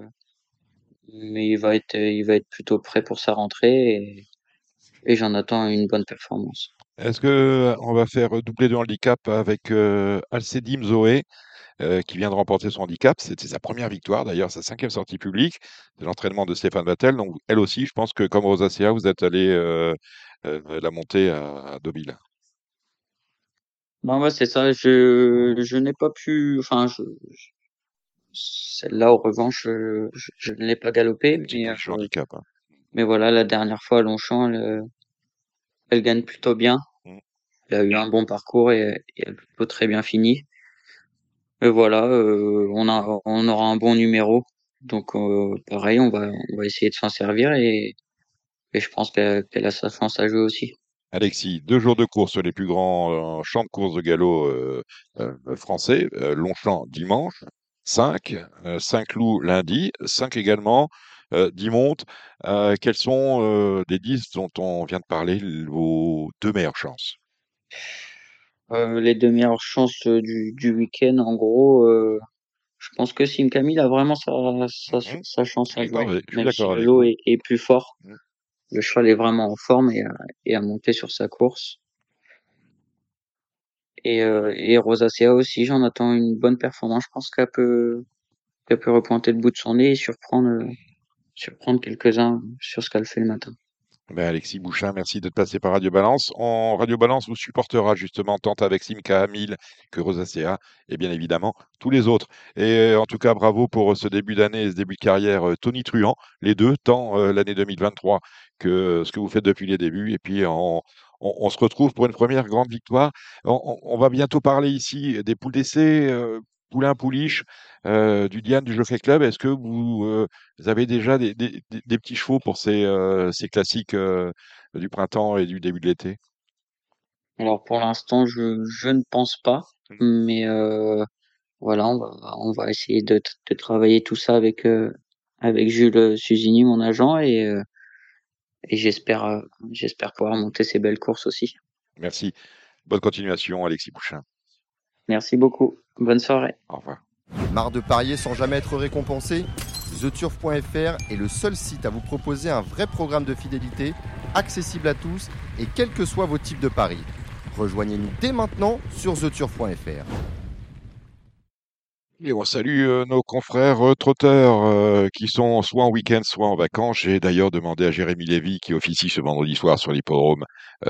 il va être plutôt prêt pour sa rentrée et j'en attends une bonne performance. Est-ce que on va faire doubler de handicap avec Alcedim Zoé, qui vient de remporter son handicap? C'était sa première victoire, d'ailleurs, sa 5e sortie publique de l'entraînement de Stéphane Vattel. Donc, elle aussi, je pense que comme Rosacea, vous êtes allé la monter à Deauville. Non, ouais, c'est ça. Je n'ai pas pu. Enfin, celle-là, en revanche, je ne l'ai pas galopée. Handicap. Hein. Mais voilà, la dernière fois à Longchamp, elle gagne plutôt bien. Elle a eu un bon parcours et elle a plutôt très bien fini. Et voilà, on aura un bon numéro. Donc pareil, on va essayer de s'en servir et je pense qu'elle a sa chance à jouer aussi. Alexis, 2 jours de course sur les plus grands champs de course de galop français. Longchamp dimanche, 5, Saint-Cloud lundi, 5 également, 10 montes. Quels sont des 10 dont on vient de parler vos 2 meilleures chances? Les 2 meilleures chances du week-end, en gros, je pense que Sim Camille a vraiment sa chance à jouer, même si le lot est plus fort. Le cheval est vraiment en forme et a monté sur sa course. Et Rosacea aussi, j'en attends une bonne performance. Je pense qu'elle peut repointer le bout de son nez et surprendre quelques-uns sur ce qu'elle fait le matin. Ben Alexis Bouchin, merci de passer par Radio Balance. Radio Balance vous supportera justement tant avec Simca Hamil que Rosacea et bien évidemment tous les autres. Et en tout cas, bravo pour ce début d'année et ce début de carrière tonitruant, les deux, tant l'année 2023 que ce que vous faites depuis les débuts. Et puis on se retrouve pour une première grande victoire. On va bientôt parler ici des poules d'essai. Poulain Pouliche, du Diane du Jockey Club. Est-ce que vous avez déjà des petits chevaux pour ces classiques du printemps et du début de l'été? Alors pour l'instant, je ne pense pas, mais voilà, on va essayer de travailler tout ça avec Jules Suzini, mon agent, et j'espère pouvoir monter ces belles courses aussi. Merci. Bonne continuation, Alexis Bouchin. Merci beaucoup. Bonne soirée. Au revoir. Marre de parier sans jamais être récompensé? TheTurf.fr est le seul site à vous proposer un vrai programme de fidélité, accessible à tous et quels que soient vos types de paris. Rejoignez-nous dès maintenant sur TheTurf.fr. Et on salue nos confrères trotteurs qui sont soit en week-end, soit en vacances. J'ai d'ailleurs demandé à Jérémy Lévy, qui officie ce vendredi soir sur l'hippodrome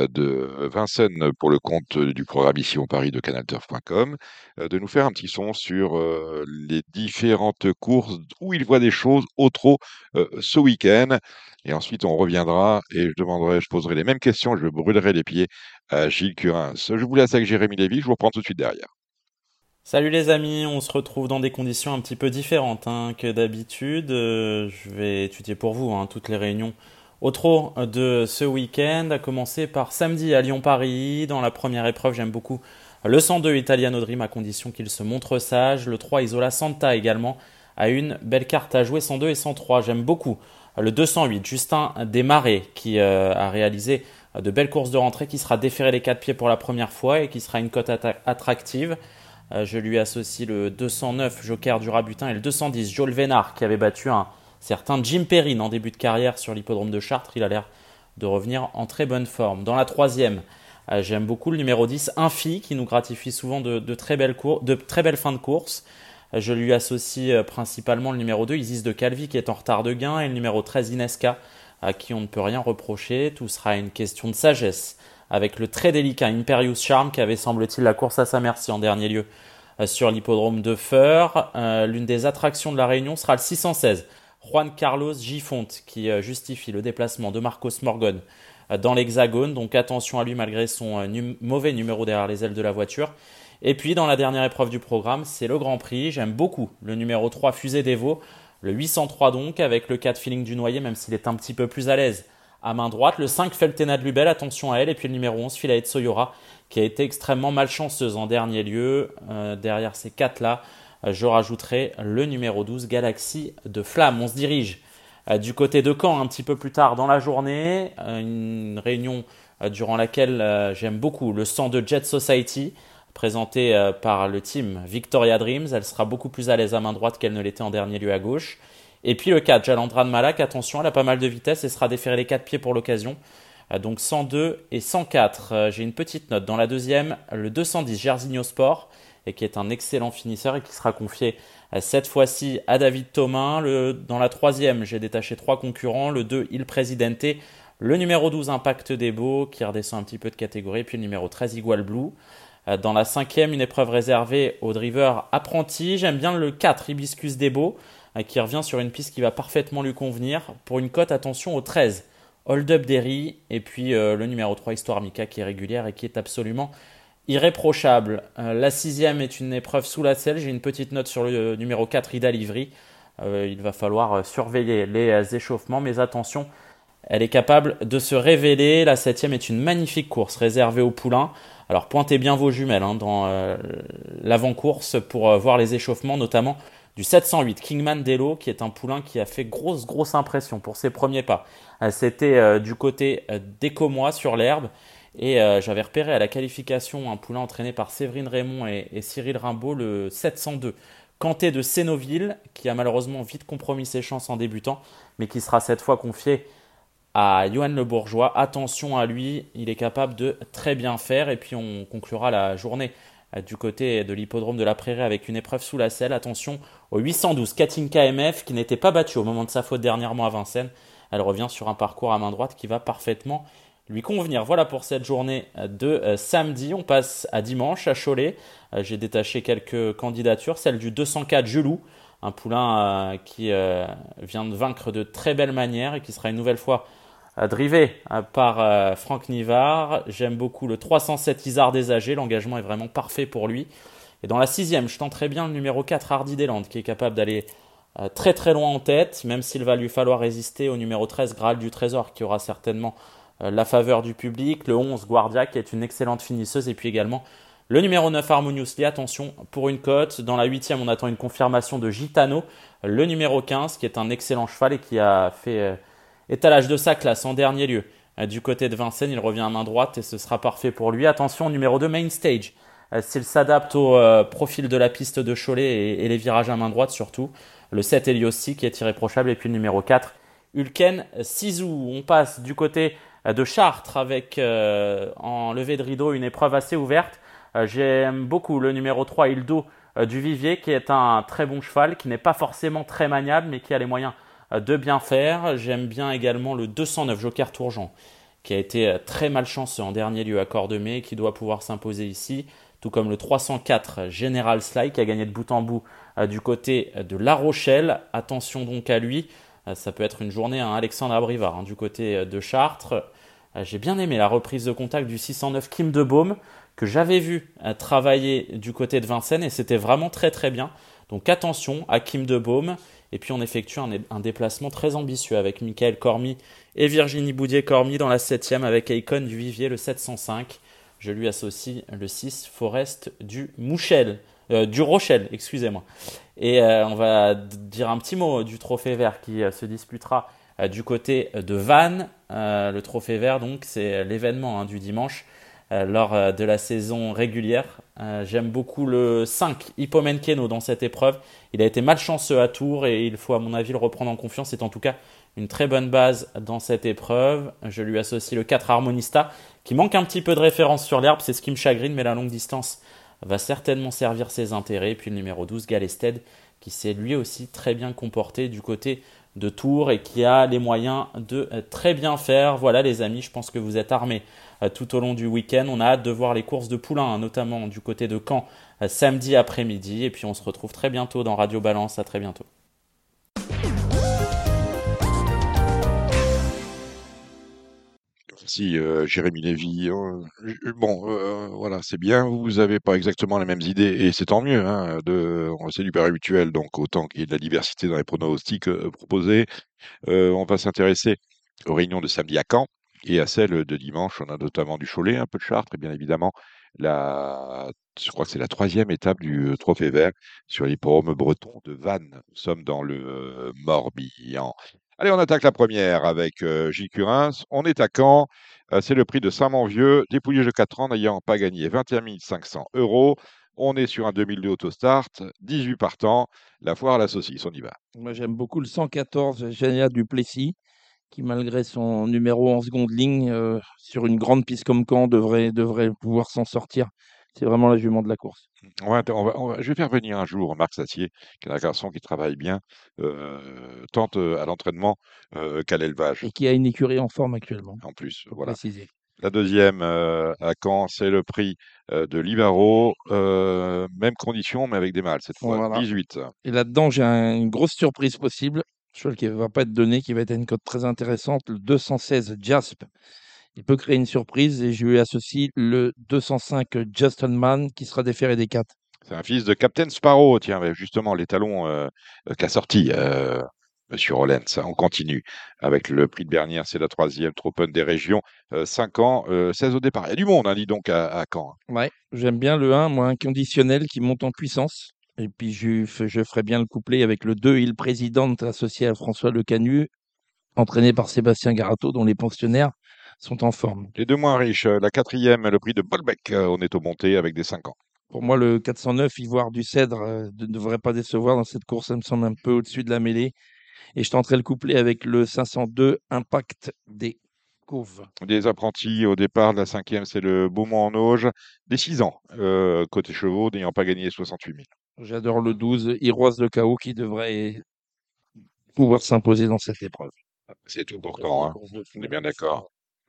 de Vincennes pour le compte du programme Ici au Paris de canalturf.com, de nous faire un petit son sur les différentes courses où il voit des choses au trot ce week-end. Et ensuite, on reviendra et je poserai les mêmes questions, je brûlerai les pieds à Gilles Curins. Je vous laisse avec Jérémy Lévy, je vous reprends tout de suite derrière. Salut les amis, on se retrouve dans des conditions un petit peu différentes que d'habitude. Je vais étudier pour vous toutes les réunions au trot de ce week-end, à commencer par samedi à Lyon-Paris. Dans la première épreuve, j'aime beaucoup le 102 Italiano Dream à condition qu'il se montre sage. Le 3 Isola Santa également a une belle carte à jouer, 102 et 103. J'aime beaucoup le 208 Justin Desmarais qui a réalisé de belles courses de rentrée, qui sera déféré les 4 pieds pour la première fois et qui sera une cote attractive. Je lui associe le 209 Joker du Rabutin et le 210 Joel Vénard qui avait battu un certain Jim Perrine en début de carrière sur l'hippodrome de Chartres. Il a l'air de revenir en très bonne forme. Dans la troisième, j'aime beaucoup le numéro 10 Infi qui nous gratifie souvent de très belles fins de course. Je lui associe principalement le numéro 2 Isis de Calvi qui est en retard de gain et le numéro 13 Inesca à qui on ne peut rien reprocher. Tout sera une question de sagesse, avec le très délicat Imperious Charm qui avait, semble-t-il, la course à sa merci en dernier lieu sur l'hippodrome de Feur. L'une des attractions de la Réunion sera le 616 Juan Carlos Gifonte qui justifie le déplacement de Marcos Morgan dans l'Hexagone. Donc attention à lui malgré son mauvais numéro derrière les ailes de la voiture. Et puis dans la dernière épreuve du programme, c'est le Grand Prix. J'aime beaucoup le numéro 3 Fusée d'Evo, le 803 donc avec le 4 Feeling du Noyer, même s'il est un petit peu plus à l'aise à main droite, le 5 Feltena de Lubel, attention à elle, et puis le numéro 11 Philae Soyora qui a été extrêmement malchanceuse en dernier lieu. Derrière ces 4-là, je rajouterai le numéro 12 Galaxy de Flamme. On se dirige du côté de Caen un petit peu plus tard dans la journée, une réunion durant laquelle j'aime beaucoup le 102 Jet Society, présenté par le team Victoria Dreams. Elle sera beaucoup plus à l'aise à main droite qu'elle ne l'était en dernier lieu à gauche. Et puis le 4, Jalandra de Malak, attention, elle a pas mal de vitesse et sera déféré les 4 pieds pour l'occasion. Donc 102 et 104. J'ai une petite note. Dans la deuxième, le 210, Jerzinho Sport, et qui est un excellent finisseur et qui sera confié cette fois-ci à David Thomin. Dans la troisième, j'ai détaché 3 concurrents. Le 2, Il Presidente. Le numéro 12, Impact des Beaux, qui redescend un petit peu de catégorie. Et puis le numéro 13, Igual Blue. Dans la cinquième, une épreuve réservée aux drivers apprentis. J'aime bien le 4, Hibiscus des Beaux, qui revient sur une piste qui va parfaitement lui convenir. Pour une cote, attention au 13, Hold Up Derry. Et puis le numéro 3, Histoire Mika, qui est régulière et qui est absolument irréprochable. La sixième est une épreuve sous la selle. J'ai une petite note sur le numéro 4, Ida Livry. Il va falloir surveiller les échauffements, mais attention, elle est capable de se révéler. La septième est une magnifique course réservée aux poulains. Alors pointez bien vos jumelles dans l'avant-course pour voir les échauffements, notamment du 708 Kingman Delo, qui est un poulain qui a fait grosse impression pour ses premiers pas. C'était du côté d'Écomois sur l'herbe. Et j'avais repéré à la qualification un poulain entraîné par Séverine Raymond et Cyril Rimbaud, le 702 Canté de Sénoville, qui a malheureusement vite compromis ses chances en débutant, mais qui sera cette fois confié à Johan Le Bourgeois. Attention à lui, il est capable de très bien faire. Et puis on conclura la journée du côté de l'hippodrome de la Prairie avec une épreuve sous la selle. Attention au 812 Katinka MF, qui n'était pas battue au moment de sa faute dernièrement à Vincennes. Elle revient sur un parcours à main droite qui va parfaitement lui convenir. Voilà pour cette journée de samedi. On passe à dimanche à Cholet. J'ai détaché quelques candidatures. Celle du 204 Gelou, un poulain qui vient de vaincre de très belle manière et qui sera une nouvelle fois drivé par Franck Nivard. J'aime beaucoup le 307 Isard des Âgés. L'engagement est vraiment parfait pour lui. Et dans la sixième, je tenterai bien le numéro 4 Hardy Deslandes, qui est capable d'aller très loin en tête, même s'il va lui falloir résister au numéro 13 Graal du Trésor, qui aura certainement la faveur du public. Le 11 Guardia, qui est une excellente finisseuse. Et puis également le numéro 9 Harmoniously, attention pour une cote. Dans la 8e, on attend une confirmation de Gitano. Le numéro 15, qui est un excellent cheval et qui a fait étalage de sa classe en dernier lieu. Du côté de Vincennes, il revient à main droite et ce sera parfait pour lui. Attention, numéro 2, Main Stage. S'il s'adapte au profil de la piste de Cholet et les virages à main droite surtout. le 7 Eliossi qui est irréprochable et puis le numéro 4 Ulken Sizou. On passe du côté de Chartres avec en levée de rideau une épreuve assez ouverte. J'aime beaucoup le numéro 3 Ildo du Vivier qui est un très bon cheval, qui n'est pas forcément très maniable mais qui a les moyens de bien faire. J'aime bien également le 209 Joker Tourgeon qui a été très malchanceux en dernier lieu à Cordemais et qui doit pouvoir s'imposer ici, tout comme le 304 General Sly qui a gagné de bout en bout du côté de La Rochelle. Attention donc à lui, ça peut être une journée à Alexandre Abrivard du côté de Chartres. J'ai bien aimé la reprise de contact du 609 Kim de Baume que j'avais vu travailler du côté de Vincennes et c'était vraiment très très bien. Donc attention à Kim de Baume. Et puis on effectue un déplacement très ambitieux avec Michael Cormy et Virginie Boudier-Cormy dans la 7e avec Icon du Vivier, le 705. Je lui associe le 6 Forest du Rochelle, excusez-moi. Et on va dire un petit mot du Trophée Vert qui se disputera du côté de Vannes. Le Trophée Vert, donc, c'est l'événement du dimanche lors de la saison régulière. J'aime beaucoup le 5 Hippomen Keno dans cette épreuve. Il a été malchanceux à Tours et il faut à mon avis le reprendre en confiance. C'est en tout cas une très bonne base dans cette épreuve. Je lui associe le 4 Harmonista qui manque un petit peu de référence sur l'herbe. C'est ce qui me chagrine, mais la longue distance va certainement servir ses intérêts. Et puis le numéro 12 Galested qui s'est lui aussi très bien comporté du côté de Tours et qui a les moyens de très bien faire. Voilà les amis, je pense que vous êtes armés tout au long du week-end. On a hâte de voir les courses de poulains, notamment du côté de Caen, samedi après-midi. Et puis on se retrouve très bientôt dans Radio Balance. À très bientôt. Merci Jérémy Lévy. Voilà, c'est bien. Vous n'avez pas exactement les mêmes idées et c'est tant mieux. C'est du pari habituel, donc autant qu'il y ait de la diversité dans les pronostics proposés. On va s'intéresser aux réunions de samedi à Caen et à celles de dimanche. On a notamment du Cholet, un peu de Chartres et bien évidemment je crois que c'est la 3e étape du Trophée Vert sur l'hippodrome breton de Vannes. Nous sommes dans le Morbihan. Allez, on attaque la première avec Gilles Curins. On est à Caen. C'est le prix de Saint-Manvieux, dépouillé de 4 ans n'ayant pas gagné 21 500 €. On est sur un 2002 autostart, 18 partants. La foire à la saucisse, on y va. Moi, j'aime beaucoup le 114 Génia Duplessis, qui, malgré son numéro en seconde ligne, sur une grande piste comme Caen, devrait pouvoir s'en sortir. C'est vraiment la jument de la course. Je vais faire venir un jour Marc Sassier, qui est un garçon qui travaille bien, tant à l'entraînement qu'à l'élevage. Et qui a une écurie en forme actuellement. En plus, Pour voilà. préciser. La deuxième à Caen, c'est le prix de Livaro. Même condition, mais avec des mâles cette fois. Voilà. 18. Et là-dedans, j'ai une grosse surprise possible. Un cheval qui ne va pas être donné, qui va être à une cote très intéressante, le 216 Jasp. Il peut créer une surprise et je lui associe le 205 Justin Man qui sera déféré des 4. C'est un fils de Captain Sparrow, tiens, justement, les talons qu'a sorti Monsieur Rollens. On continue avec le prix de Bernière, c'est la 3e, Tropen des régions, 5 ans, 16 au départ. Il y a du monde, dis donc, à Caen. Ouais, j'aime bien le 1, moi, inconditionnel qui monte en puissance. Et puis je ferai bien le couplet avec le 2, Il Présidente, associé à François Le Canu, entraîné par Sébastien Garato, dont les pensionnaires sont en forme. Les deux moins riches, la 4e, le prix de Bolbec, on est au monté avec des 5 ans. Pour moi, le 409, Ivoire du Cèdre, ne devrait pas décevoir dans cette course. Ça me semble un peu au-dessus de la mêlée. Et je tenterai le couplet avec le 502, Impact des Couves. Des apprentis au départ, la 5e, c'est le Beaumont en Auge, des 6 ans, côté chevaux, n'ayant pas gagné 68 000. J'adore le 12, Iroise de Chaos, qui devrait pouvoir s'imposer dans cette épreuve. C'est tout pourtant, on est bien d'accord.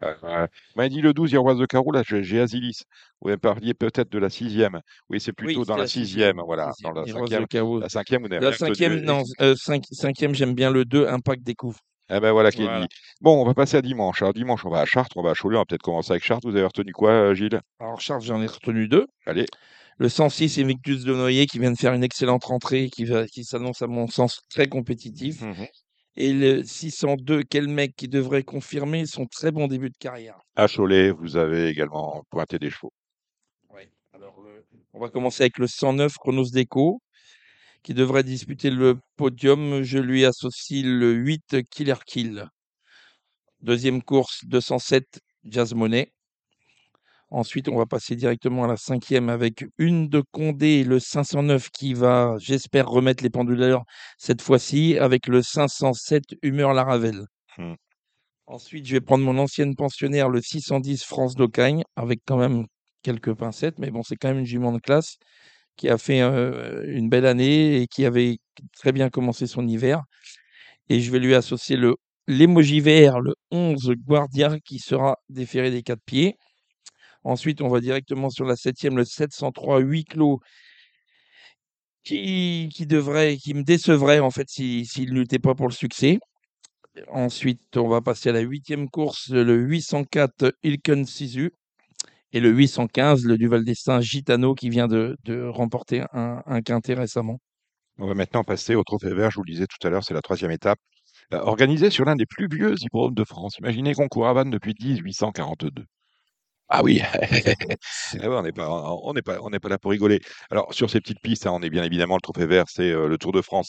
M'a dit le 12, Iroise de Carreau, là, j'ai Asilis. Vous parliez peut-être de la 6e. Oui, c'est plutôt dans la 6e, voilà. Dans la 5e, la 5e, vous n'avez la 5e, non, 5e, j'aime bien le 2, Impact des Couves. Eh ben voilà qui est dit. Bon, on va passer à dimanche. Alors dimanche, on va à Chartres, on va à Cholet. On va peut-être commencer avec Chartres. Vous avez retenu quoi, Gilles? Alors Chartres, j'en ai retenu 2. Allez. Le 106, Invictus de Noyer, qui vient de faire une excellente rentrée, qui s'annonce à mon sens très compétitif. Et le 602, quel mec qui devrait confirmer son très bon début de carrière. À Cholet, vous avez également pointé des chevaux. Oui. Alors, on va commencer avec le 109, Chronos Déco, qui devrait disputer le podium. Je lui associe le 8, Killer Kill. Deuxième course, 207, Jazz Money. Ensuite, on va passer directement à la 5e avec une de Condé, le 509 qui va, j'espère, remettre les pendules à l'heure cette fois-ci avec le 507 Humeur Laravel. Ensuite, je vais prendre mon ancienne pensionnaire, le 610 France d'Ocagne, avec quand même quelques pincettes, mais bon, c'est quand même une jument de classe qui a fait une belle année et qui avait très bien commencé son hiver. Et je vais lui associer l'émoji vert, le 11 Guardia, qui sera déféré des 4 pieds. Ensuite, on va directement sur la 7e, le 703 huis clos, qui me décevrait en fait s'il n'était pas pour le succès. Ensuite, on va passer à la 8e course, le 804 Ilken Sisu et le 815, le Duval d'Estaing Gitano, qui vient de remporter un quintet récemment. On va maintenant passer au Trophée Vert. Je vous le disais tout à l'heure, c'est la 3e étape. Organisée sur l'un des plus vieux hippodromes de France. Imaginez qu'on court à Vannes depuis 1842. Ah oui, on n'est pas là pour rigoler. Alors sur ces petites pistes, on est bien évidemment le Trophée Vert, c'est le Tour de France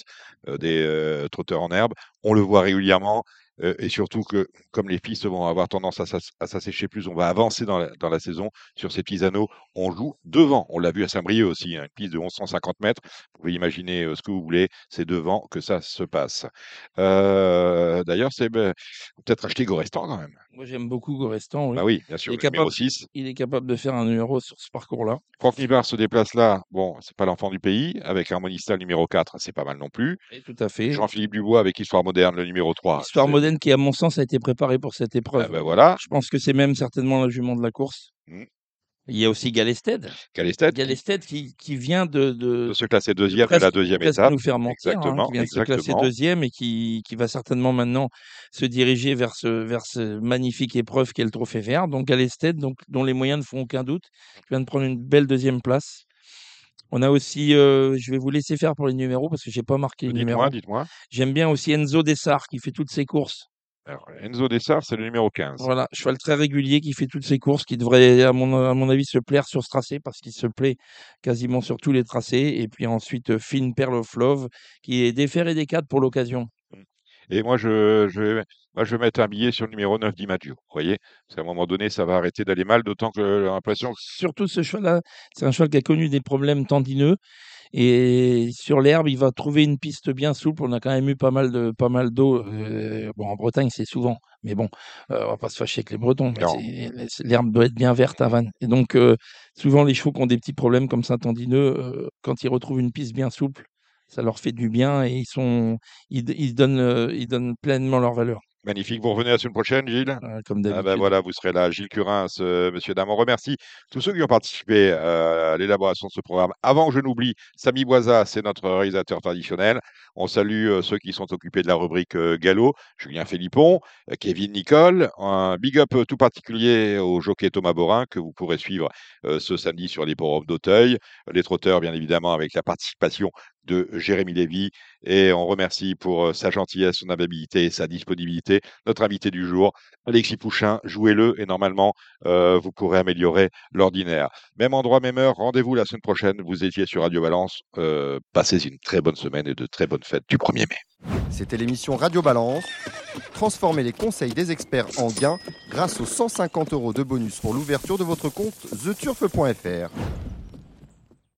des trotteurs en herbe. On le voit régulièrement et surtout que comme les pistes vont avoir tendance à s'assécher plus, on va avancer dans la saison sur ces petits anneaux. On joue devant. On l'a vu à Saint-Brieuc aussi, une piste de 1150 mètres. Vous pouvez imaginer ce que vous voulez. C'est devant que ça se passe. D'ailleurs, c'est peut-être acheter Gorestan quand même. Moi, j'aime beaucoup Gorestan. Oui. Bah oui, bien sûr. Numéro 6. Il est capable de faire un numéro sur ce parcours-là. Franck Nivard se déplace là. Bon, c'est pas l'enfant du pays. Avec Harmonista, le numéro 4, c'est pas mal non plus. Et tout à fait. Jean-Philippe Dubois avec Histoire Moderne, le numéro 3. Histoire Moderne qui, à mon sens, a été préparée pour cette épreuve. Ah ben voilà. Je pense que c'est même certainement la jument de la course. Il y a aussi Galested. Galested qui vient de se classer deuxième à la 2e étape. Nous faire mentir, exactement, qui vient de se classer deuxième et qui va certainement maintenant se diriger vers ce magnifique épreuve qu'est le Trophée Vert. Donc Galested, dont les moyens ne font aucun doute, qui vient de prendre une belle 2e place. On a aussi, je vais vous laisser faire pour les numéros parce que je n'ai pas marqué les numéros. Dites-moi. J'aime bien aussi Enzo Dessart qui fait toutes ses courses. Alors, Enzo Dessart, c'est le numéro 15. Voilà, cheval très régulier qui fait toutes ses courses, qui devrait, à mon avis, se plaire sur ce tracé parce qu'il se plaît quasiment sur tous les tracés. Et puis ensuite, Fine Pearl of Love, qui est déféré des 4 pour l'occasion. Et moi, je vais mettre un billet sur le numéro 9 Di Maggio. Vous voyez, parce qu'à un moment donné, ça va arrêter d'aller mal, d'autant que j'ai l'impression que... Surtout ce cheval-là, c'est un cheval qui a connu des problèmes tendineux. Et sur l'herbe, il va trouver une piste bien souple. On a quand même eu pas mal d'eau. Bon, en Bretagne, c'est souvent. Mais bon, on va pas se fâcher avec les Bretons. L'herbe doit être bien verte à Vannes. Et donc, souvent, les chevaux qui ont des petits problèmes comme ça tendineux, quand ils retrouvent une piste bien souple, ça leur fait du bien et ils donnent pleinement leur valeur. Magnifique. Vous revenez la semaine prochaine, Gilles? Comme d'habitude. Ah ben voilà, vous serez là. Gilles Curins, monsieur, dame. On remercie tous ceux qui ont participé à l'élaboration de ce programme. Avant que je n'oublie, Samy Boisa, c'est notre réalisateur traditionnel. On salue ceux qui sont occupés de la rubrique Galop, Julien Philippon, Kevin Nicole. Un big up tout particulier au jockey Thomas Borin, que vous pourrez suivre ce samedi sur l'hippodrome d'Auteuil. Les trotteurs, bien évidemment, avec la participation de Jérémy Lévy. Et on remercie pour sa gentillesse, son amabilité et sa disponibilité notre invité du jour, Alexis Pouchin. Jouez-le et normalement, vous pourrez améliorer l'ordinaire. Même endroit, même heure, rendez-vous la semaine prochaine. Vous étiez sur Radio Balance. Passez une très bonne semaine et de très bonnes fêtes du 1er mai. C'était l'émission Radio Balance. Transformez les conseils des experts en gains grâce aux 150 € de bonus pour l'ouverture de votre compte theturf.fr.